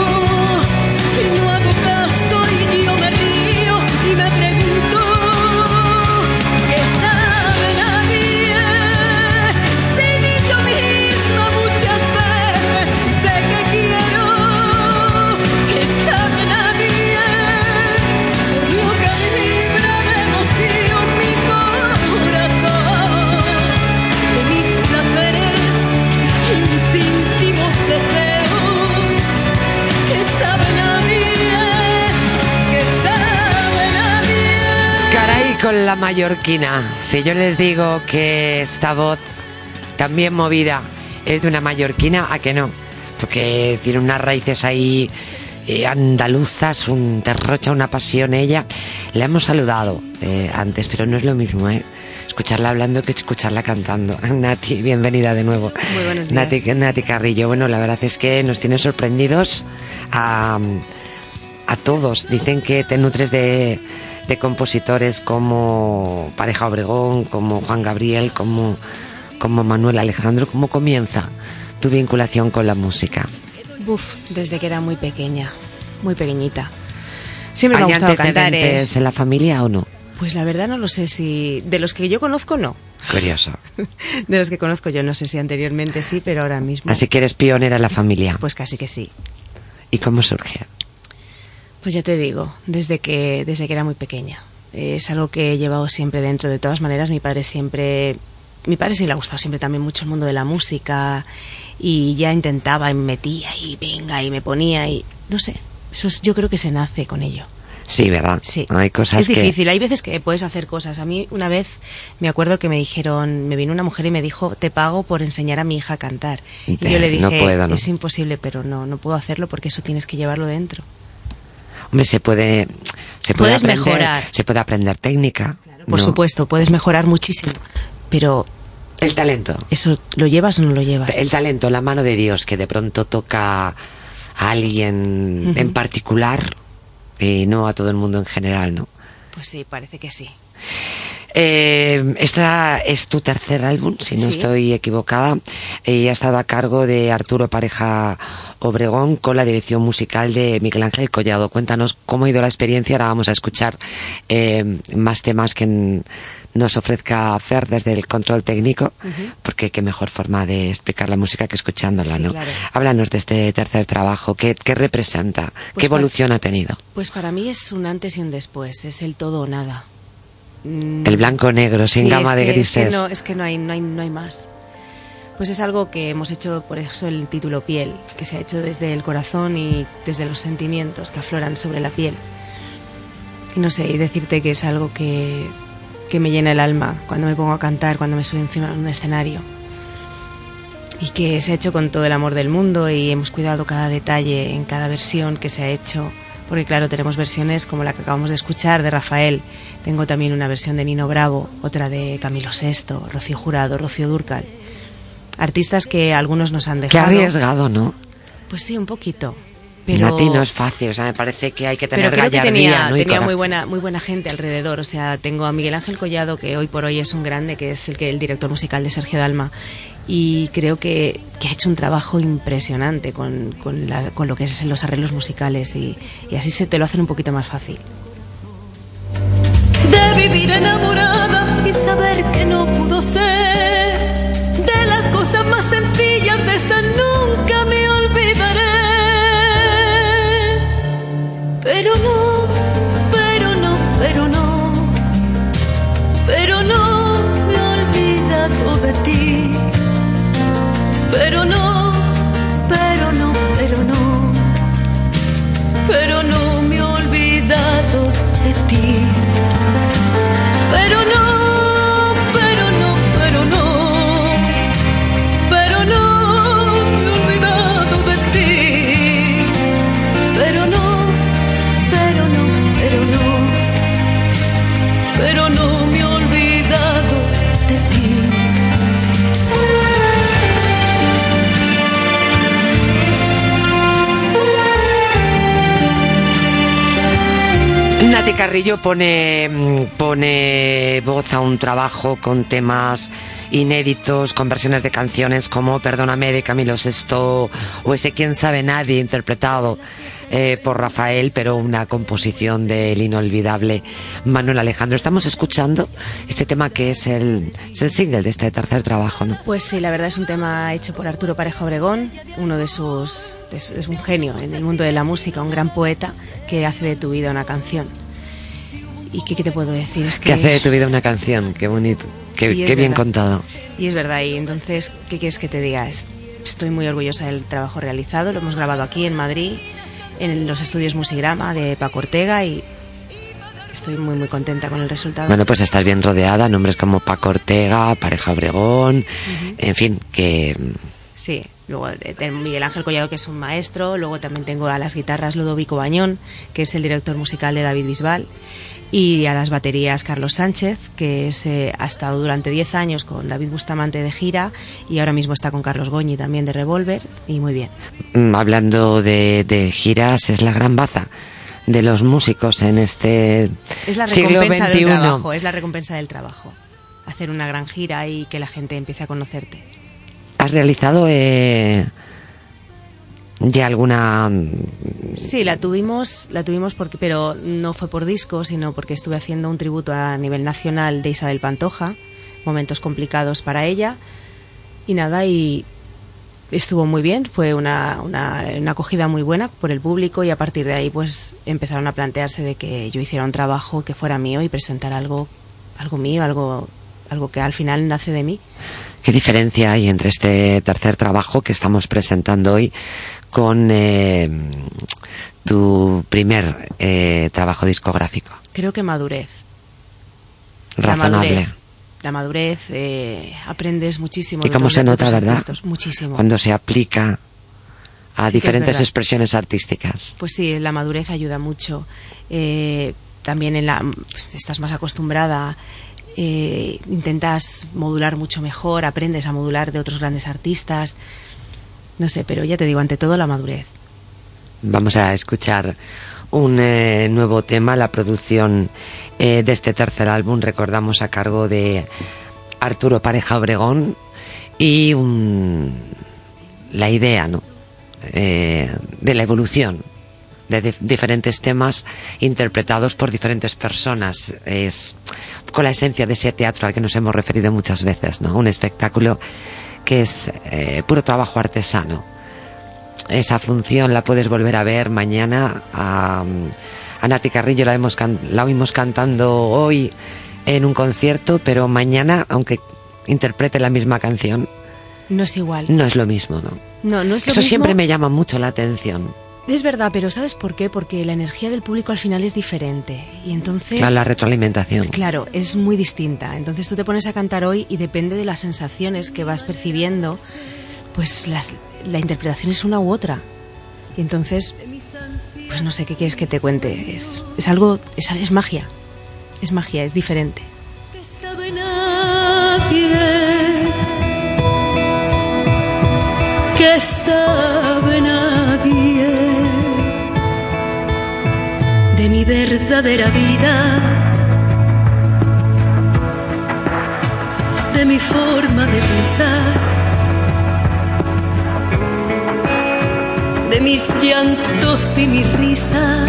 y no hago caso y yo me río y me pregunto, ¿qué sabe nadie? Si ni yo misma muchas veces sé que quiero, ¿qué sabe nadie? Por lo que libra de emoción mi corazón, de mis placeres y mis íntimos deseos, ¿qué sabe nadie? Caray con la mallorquina. Si yo les digo que esta voz también movida es de una mallorquina, ¿a que no? Porque tiene unas raíces ahí andaluzas, derrocha una pasión ella. La hemos saludado antes, pero no es lo mismo, escucharla hablando que escucharla cantando. Nati, bienvenida de nuevo. Muy buenos días. Nati Carrillo. Bueno, la verdad es que nos tiene sorprendidos a todos. Dicen que te nutres de compositores como Pareja Obregón, como Juan Gabriel, como Manuel Alejandro. ¿Cómo comienza tu vinculación con la música? Desde que era muy pequeña, muy pequeñita. Siempre me ha gustado cantar. ¿Hay antecedentes en la familia o no? Pues la verdad no lo sé si... De los que yo conozco, no. Curioso. De los que conozco yo no sé si anteriormente sí, pero ahora mismo... Así que eres pionera en la familia. Pues casi que sí. ¿Y cómo surge? Pues ya te digo, desde que era muy pequeña. Es algo que he llevado siempre dentro. De todas maneras, mi padre sí le ha gustado siempre también mucho el mundo de la música y ya intentaba y me metía y venga y me ponía y no sé, yo creo que se nace con ello. Sí, ¿verdad? Sí. Hay cosas es difícil, hay veces que puedes hacer cosas. A mí una vez me acuerdo que me vino una mujer y me dijo, te pago por enseñar a mi hija a cantar. Y yo le dije, no puedo, ¿no? Es imposible, pero no puedo hacerlo porque eso tienes que llevarlo dentro. Hombre, se puede puedes aprender, mejorar. Se puede aprender técnica. Claro, por supuesto, puedes mejorar muchísimo, pero... El talento. ¿Eso lo llevas o no lo llevas? El talento, la mano de Dios, que de pronto toca a alguien en particular y no a todo el mundo en general, ¿no? Pues sí, parece que sí. Esta es tu tercer álbum, si no estoy equivocada, y ha estado a cargo de Arturo Pareja Obregón con la dirección musical de Miguel Ángel Collado. Cuéntanos cómo ha ido la experiencia. Ahora vamos a escuchar más temas que nos ofrezca Fer desde el control técnico, porque qué mejor forma de explicar la música que escuchándola, ¿no? Claro. Háblanos de este tercer trabajo, ¿qué representa? Pues ¿qué evolución ha tenido? Pues para mí es un antes y un después, es el todo o nada. El blanco-negro, sin gama de grises. Es que no hay más. Pues es algo que hemos hecho, por eso el título Piel, que se ha hecho desde el corazón y desde los sentimientos que afloran sobre la piel. Y no sé, y decirte que es algo que me llena el alma cuando me pongo a cantar, cuando me subo encima de un escenario. Y que se ha hecho con todo el amor del mundo y hemos cuidado cada detalle en cada versión que se ha hecho. Porque claro, tenemos versiones como la que acabamos de escuchar de Rafael. Tengo también una versión de Nino Bravo, otra de Camilo VI, Rocío Jurado, Rocío Dúrcal. Artistas que algunos nos han dejado. Qué arriesgado, ¿no? Pues sí, un poquito. Pero a ti no es fácil, o sea, me parece que hay que tener gallardía. Pero creo que tenía ¿no? muy buena gente alrededor. O sea, tengo a Miguel Ángel Collado, que hoy por hoy es un grande, que es el director musical de Sergio Dalma. Y creo que ha hecho un trabajo impresionante con lo que es los arreglos musicales. Y así se te lo hacen un poquito más fácil. De vivir enamorada y saber que no pudo ser, de las cosas más sencillas de esa nunca me olvidaré. Pero no me he olvidado de ti. Pero no me he olvidado de ti. Pero no me he olvidado de ti. Pero no me he olvidado de ti. Nati Carrillo pone voz a un trabajo con temas inéditos, con versiones de canciones como Perdóname de Camilo VI o ese Quién sabe nadie interpretado por Rafael, pero una composición del inolvidable Manuel Alejandro. Estamos escuchando este tema que es el single de este tercer trabajo, ¿no? Pues sí, la verdad es un tema hecho por Arturo Pareja Obregón, es un genio en el mundo de la música, un gran poeta que hace de tu vida una canción. ¿Y qué te puedo decir? Es que hace de tu vida una canción, qué bonito, qué bien contado. Y es verdad, y entonces, ¿qué quieres que te diga? Estoy muy orgullosa del trabajo realizado, lo hemos grabado aquí en Madrid, en los estudios Musigrama de Paco Ortega, y estoy muy muy contenta con el resultado. Bueno, pues estás bien rodeada, nombres como Paco Ortega, Pareja Obregón, en fin, que... Sí, luego Miguel Ángel Collado, que es un maestro, luego también tengo a las guitarras Ludovico Bañón, que es el director musical de David Bisbal, y a las baterías Carlos Sánchez, que ha estado durante 10 años con David Bustamante de gira y ahora mismo está con Carlos Goñi también de Revolver, y muy bien. Hablando de giras, es la gran baza de los músicos en este siglo XXI. Es la recompensa del trabajo, hacer una gran gira y que la gente empiece a conocerte. ¿Has realizado ya alguna...? Sí, la tuvimos pero no fue por disco, sino porque estuve haciendo un tributo a nivel nacional de Isabel Pantoja, momentos complicados para ella, y nada, y estuvo muy bien, fue una acogida muy buena por el público, y a partir de ahí pues empezaron a plantearse de que yo hiciera un trabajo que fuera mío y presentar algo mío, algo que al final nace de mí. ¿Qué diferencia hay entre este tercer trabajo que estamos presentando hoy con tu primer trabajo discográfico? Creo que madurez. Razonable. La madurez, aprendes muchísimo. ¿Y cómo se nota, verdad? Textos, muchísimo. Cuando se aplica a diferentes expresiones artísticas. Pues sí, la madurez ayuda mucho. También pues, estás más acostumbrada, intentas modular mucho mejor, aprendes a modular de otros grandes artistas. No sé, pero ya te digo, ante todo la madurez. Vamos a escuchar un nuevo tema, la producción de este tercer álbum, recordamos, a cargo de Arturo Pareja Obregón, y la idea, ¿no?, de la evolución de diferentes temas interpretados por diferentes personas. Es con la esencia de ese teatro al que nos hemos referido muchas veces, ¿no? Un espectáculo que es puro trabajo artesano. Esa función la puedes volver a ver mañana. A Nati Carrillo la oímos cantando hoy en un concierto, pero mañana, aunque interprete la misma canción, no es igual. No es lo mismo, ¿no? No es lo mismo. Eso siempre me llama mucho la atención. Es verdad, pero ¿sabes por qué? Porque la energía del público al final es diferente. Y entonces... Claro, la retroalimentación. Claro, es muy distinta. Entonces tú te pones a cantar hoy y depende de las sensaciones que vas percibiendo, pues la interpretación es una u otra. Y entonces, pues no sé qué quieres que te cuente. Es algo, es magia. Es magia, es diferente. Sabe nadie, que sabe nadie de mi verdadera vida, de mi forma de pensar, de mis llantos y mi risa,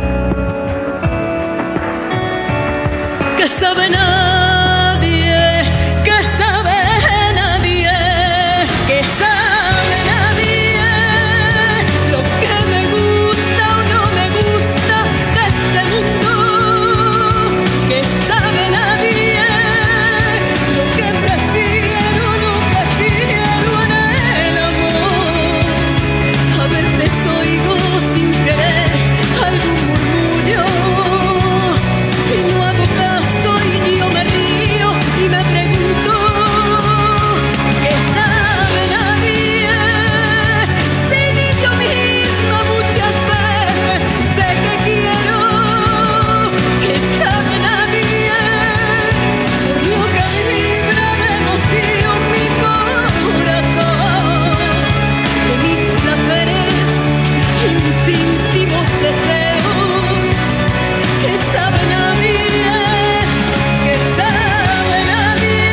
que sabe nadie, que sabe nadie, que sabe nadie lo que me gusta o no me gusta de este mundo, que sabe nadie lo que prefiero o no prefiero en el amor. A veces oigo sin querer algún murmullo y no hago caso y yo me río y me pregunto, ¿qué sabe nadie? Si ni yo misma muchas veces sé que quiero, ¿qué sabe nadie? Por lo que vibra de emoción mi corazón, de mis placeres y mis íntimos deseos, ¿qué sabe nadie? ¿Qué sabe nadie?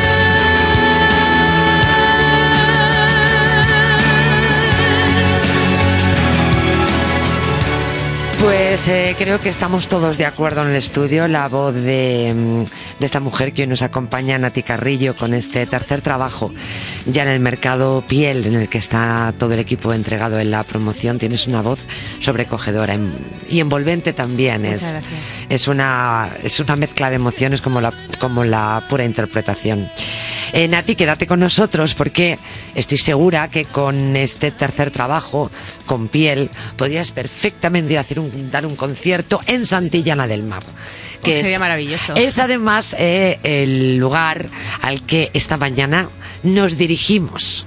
Pues creo que estamos todos de acuerdo en el estudio. La voz de esta mujer que hoy nos acompaña, Nati Carrillo, con este tercer trabajo ya en el mercado, Piel, en el que está todo el equipo entregado en la promoción. Tienes una voz sobrecogedora y envolvente también. Muchas gracias. Es una mezcla de emociones como la pura interpretación. Nati, quédate con nosotros porque estoy segura que con este tercer trabajo, con Piel, podrías perfectamente dar un concierto en Santillana del Mar. Que sería maravilloso. Es además el lugar al que esta mañana nos dirigimos.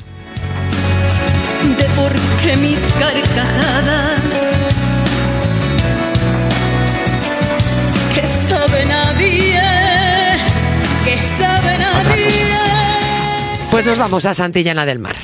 De por qué mis carcajadas, que sabe nadie, que sabe nadie. Pues nos vamos a Santillana del Mar.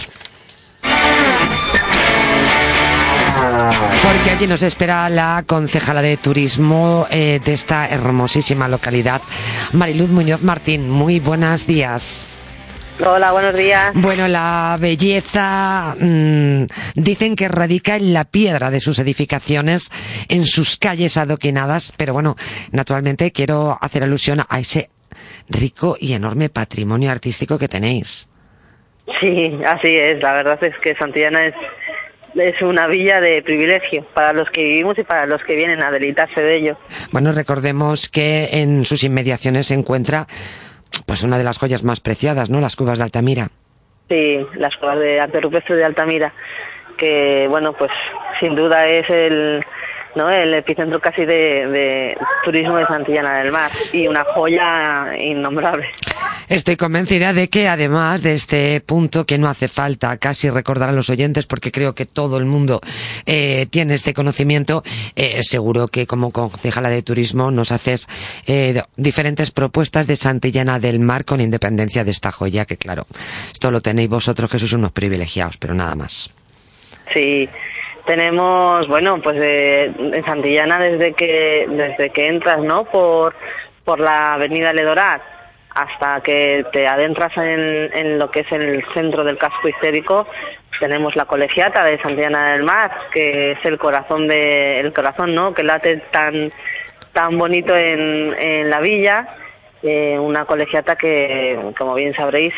Porque allí nos espera la concejala de turismo de esta hermosísima localidad, Mariluz Muñoz Martín. Muy buenos días. Hola, buenos días. Bueno, la belleza dicen que radica en la piedra de sus edificaciones, en sus calles adoquinadas, pero bueno, naturalmente quiero hacer alusión a ese rico y enorme patrimonio artístico que tenéis. Sí, así es. La verdad es que Santillana es una villa de privilegio para los que vivimos y para los que vienen a deleitarse de ello. Bueno, recordemos que en sus inmediaciones se encuentra pues una de las joyas más preciadas, ¿no? Las cuevas de Altamira. Sí, las cuevas de arte rupestre de Altamira, que bueno, pues sin duda es el epicentro casi de turismo de Santillana del Mar y una joya innombrable. Estoy convencida de que además de este punto, que no hace falta casi recordar a los oyentes porque creo que todo el mundo tiene este conocimiento, seguro que como concejala de turismo nos haces diferentes propuestas de Santillana del Mar con independencia de esta joya, que claro, esto lo tenéis vosotros que sois unos privilegiados, pero nada más. Sí, Tenemos, bueno, pues en Santillana desde que entras, ¿no? Por la avenida Ledorat hasta que te adentras en lo que es el centro del casco histórico, tenemos la colegiata de Santillana del Mar, que es el corazón, ¿no? Que late tan bonito en la villa, una colegiata que, como bien sabréis,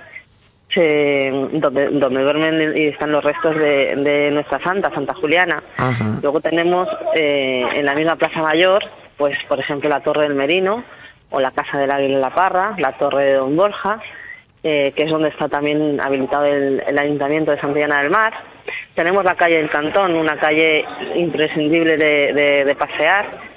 donde duermen y están los restos de nuestra Santa Juliana. Ajá. Luego tenemos en la misma Plaza Mayor, pues por ejemplo la Torre del Merino o la Casa del Águila y la Parra, la Torre de Don Borja, que es donde está también habilitado el Ayuntamiento de Santillana del Mar. Tenemos la calle del Cantón, una calle imprescindible de pasear.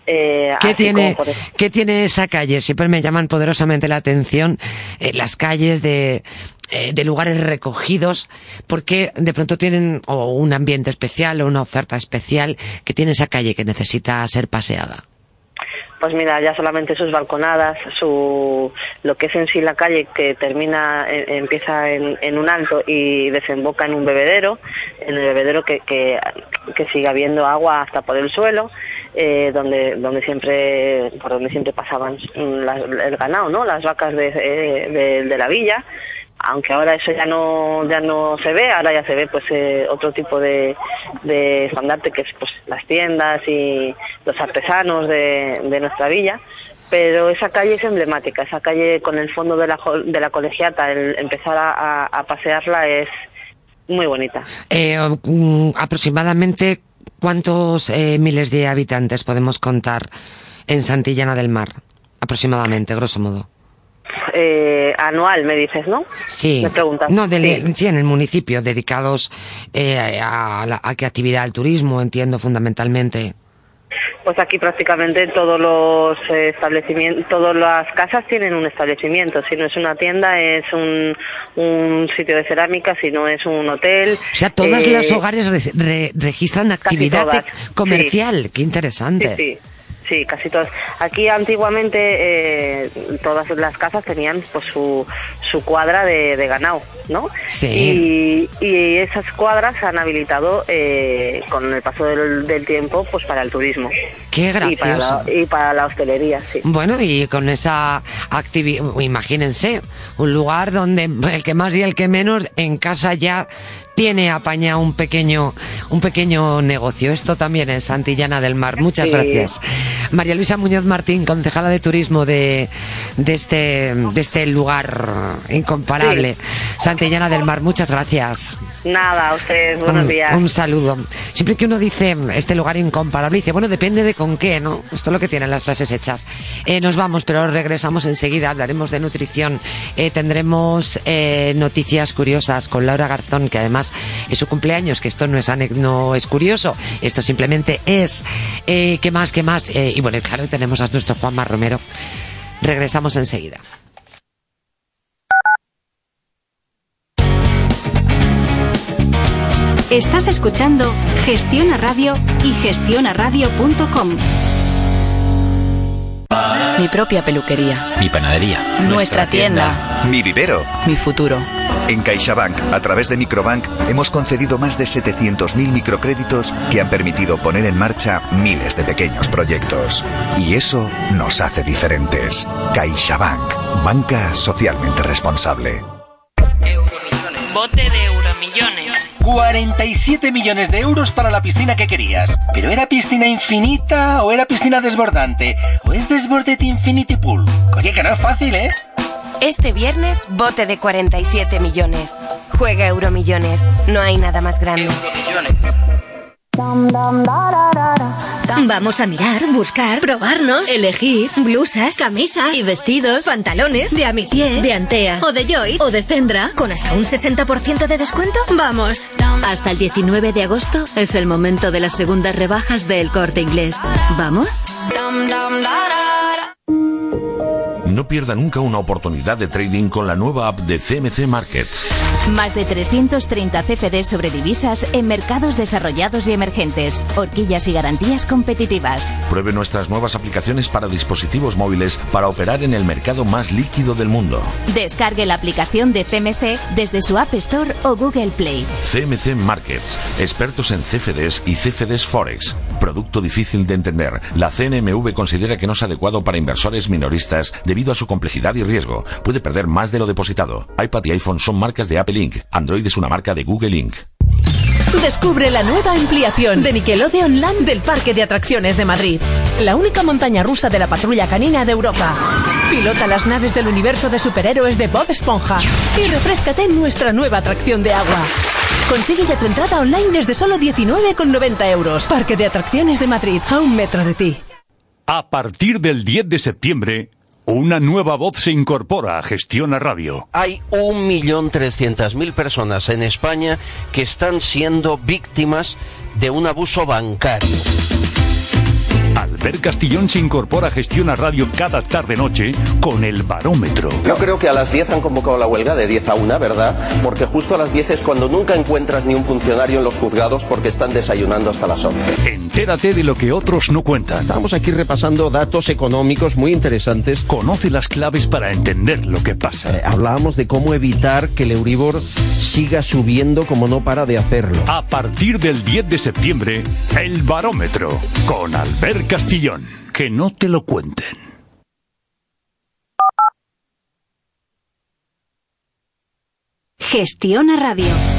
¿Qué tiene esa calle? Siempre me llaman poderosamente la atención las calles de lugares recogidos, porque de pronto tienen o un ambiente especial o una oferta especial que tiene esa calle que necesita ser paseada. Pues mira, ya solamente sus balconadas, lo que es en sí la calle, que empieza en un alto y desemboca en un bebedero, en el bebedero que sigue habiendo agua hasta por el suelo, donde siempre pasaban el ganado, ¿no? Las vacas de la villa. Aunque ahora eso ya no se ve, ahora ya se ve pues otro tipo de estandarte, que es pues las tiendas y los artesanos de nuestra villa. Pero esa calle es emblemática, esa calle con el fondo de la colegiata, el empezar a pasearla es muy bonita. Aproximadamente, ¿cuántos miles de habitantes podemos contar en Santillana del Mar? Aproximadamente, grosso modo. Anual, me dices, ¿no? Sí. Me preguntas. No, sí, en el municipio, dedicados a qué actividad, al turismo, entiendo, fundamentalmente. Pues aquí prácticamente todos los establecimientos, todas las casas tienen un establecimiento. Si no es una tienda, es un sitio de cerámica, si no es un hotel. O sea, todos los hogares registran actividad comercial. Sí. Qué interesante. Sí. Sí, casi todas. Aquí antiguamente todas las casas tenían pues su cuadra de ganado, ¿no? Sí. Y esas cuadras se han habilitado con el paso del tiempo pues para el turismo. Qué gracioso. Y para la hostelería, sí. Bueno, y con esa actividad, imagínense, un lugar donde el que más y el que menos en casa ya tiene apañado un pequeño negocio. Esto también es Santillana del Mar. Muchas gracias. María Luisa Muñoz Martín, concejala de turismo de este lugar incomparable. Sí. Santillana del Mar, muchas gracias. Nada, a ustedes, buenos días. Un saludo. Siempre que uno dice este lugar incomparable, dice, bueno, depende de con qué, ¿no? Esto es lo que tienen las frases hechas. Nos vamos, pero regresamos enseguida. Hablaremos de nutrición. Tendremos noticias curiosas con Laura Garzón, que además es su cumpleaños, que esto no es curioso, esto simplemente es ¿qué más? Y bueno, claro, tenemos a nuestro Juanma Romero. Regresamos enseguida. Estás escuchando Gestiona Radio y gestionaradio.com. Mi propia peluquería. Mi panadería. Nuestra tienda. Mi vivero. Mi futuro. En CaixaBank, a través de Microbank, hemos concedido más de 700.000 microcréditos que han permitido poner en marcha miles de pequeños proyectos. Y eso nos hace diferentes. CaixaBank, banca socialmente responsable. Euromillones. Bote de Euromillones. 47 millones de euros para la piscina que querías. ¿Pero era piscina infinita o era piscina desbordante? ¿O es Desborded Infinity Pool? Oye, que no es fácil, ¿eh? Este viernes, bote de 47 millones. Juega Euromillones. No hay nada más grande. Vamos a mirar, buscar, probarnos, elegir blusas, camisas y vestidos, pantalones de Amitié, de Antea o de Joy o de Zendra con hasta un 60% de descuento. ¡Vamos! Hasta el 19 de agosto es el momento de las segundas rebajas de El Corte Inglés. ¿Vamos? No pierda nunca una oportunidad de trading con la nueva app de CMC Markets. Más de 330 CFDs sobre divisas en mercados desarrollados y emergentes. Horquillas y garantías competitivas. Pruebe nuestras nuevas aplicaciones para dispositivos móviles para operar en el mercado más líquido del mundo. Descargue la aplicación de CMC desde su App Store o Google Play. CMC Markets, expertos en CFDs y CFDs Forex. Producto difícil de entender. La CNMV considera que no es adecuado para inversores minoristas debido a su complejidad y riesgo. Puede perder más de lo depositado. iPad y iPhone son marcas de Apple Inc. Android es una marca de Google Inc. Descubre la nueva ampliación de Nickelodeon Land del Parque de Atracciones de Madrid. La única montaña rusa de la patrulla canina de Europa. Pilota las naves del universo de superhéroes de Bob Esponja y refréscate en nuestra nueva atracción de agua. Consigue ya tu entrada online desde solo 19,90 euros. Parque de Atracciones de Madrid, a 1 metro de ti. A partir del 10 de septiembre, una nueva voz se incorpora a Gestiona Radio. Hay 1.300.000 personas en España que están siendo víctimas de un abuso bancario. Albert Castillón se incorpora a Gestiona Radio cada tarde-noche con El Barómetro. Yo creo que a las 10 han convocado la huelga de 10 a 1, ¿verdad? Porque justo a las 10 es cuando nunca encuentras ni un funcionario en los juzgados porque están desayunando hasta las 11. Entérate de lo que otros no cuentan. Estamos aquí repasando datos económicos muy interesantes. Conoce las claves para entender lo que pasa. Hablábamos de cómo evitar que el Euribor siga subiendo como no para de hacerlo. A partir del 10 de septiembre, El Barómetro con Albert Castillón. Que no te lo cuenten. Gestiona Radio.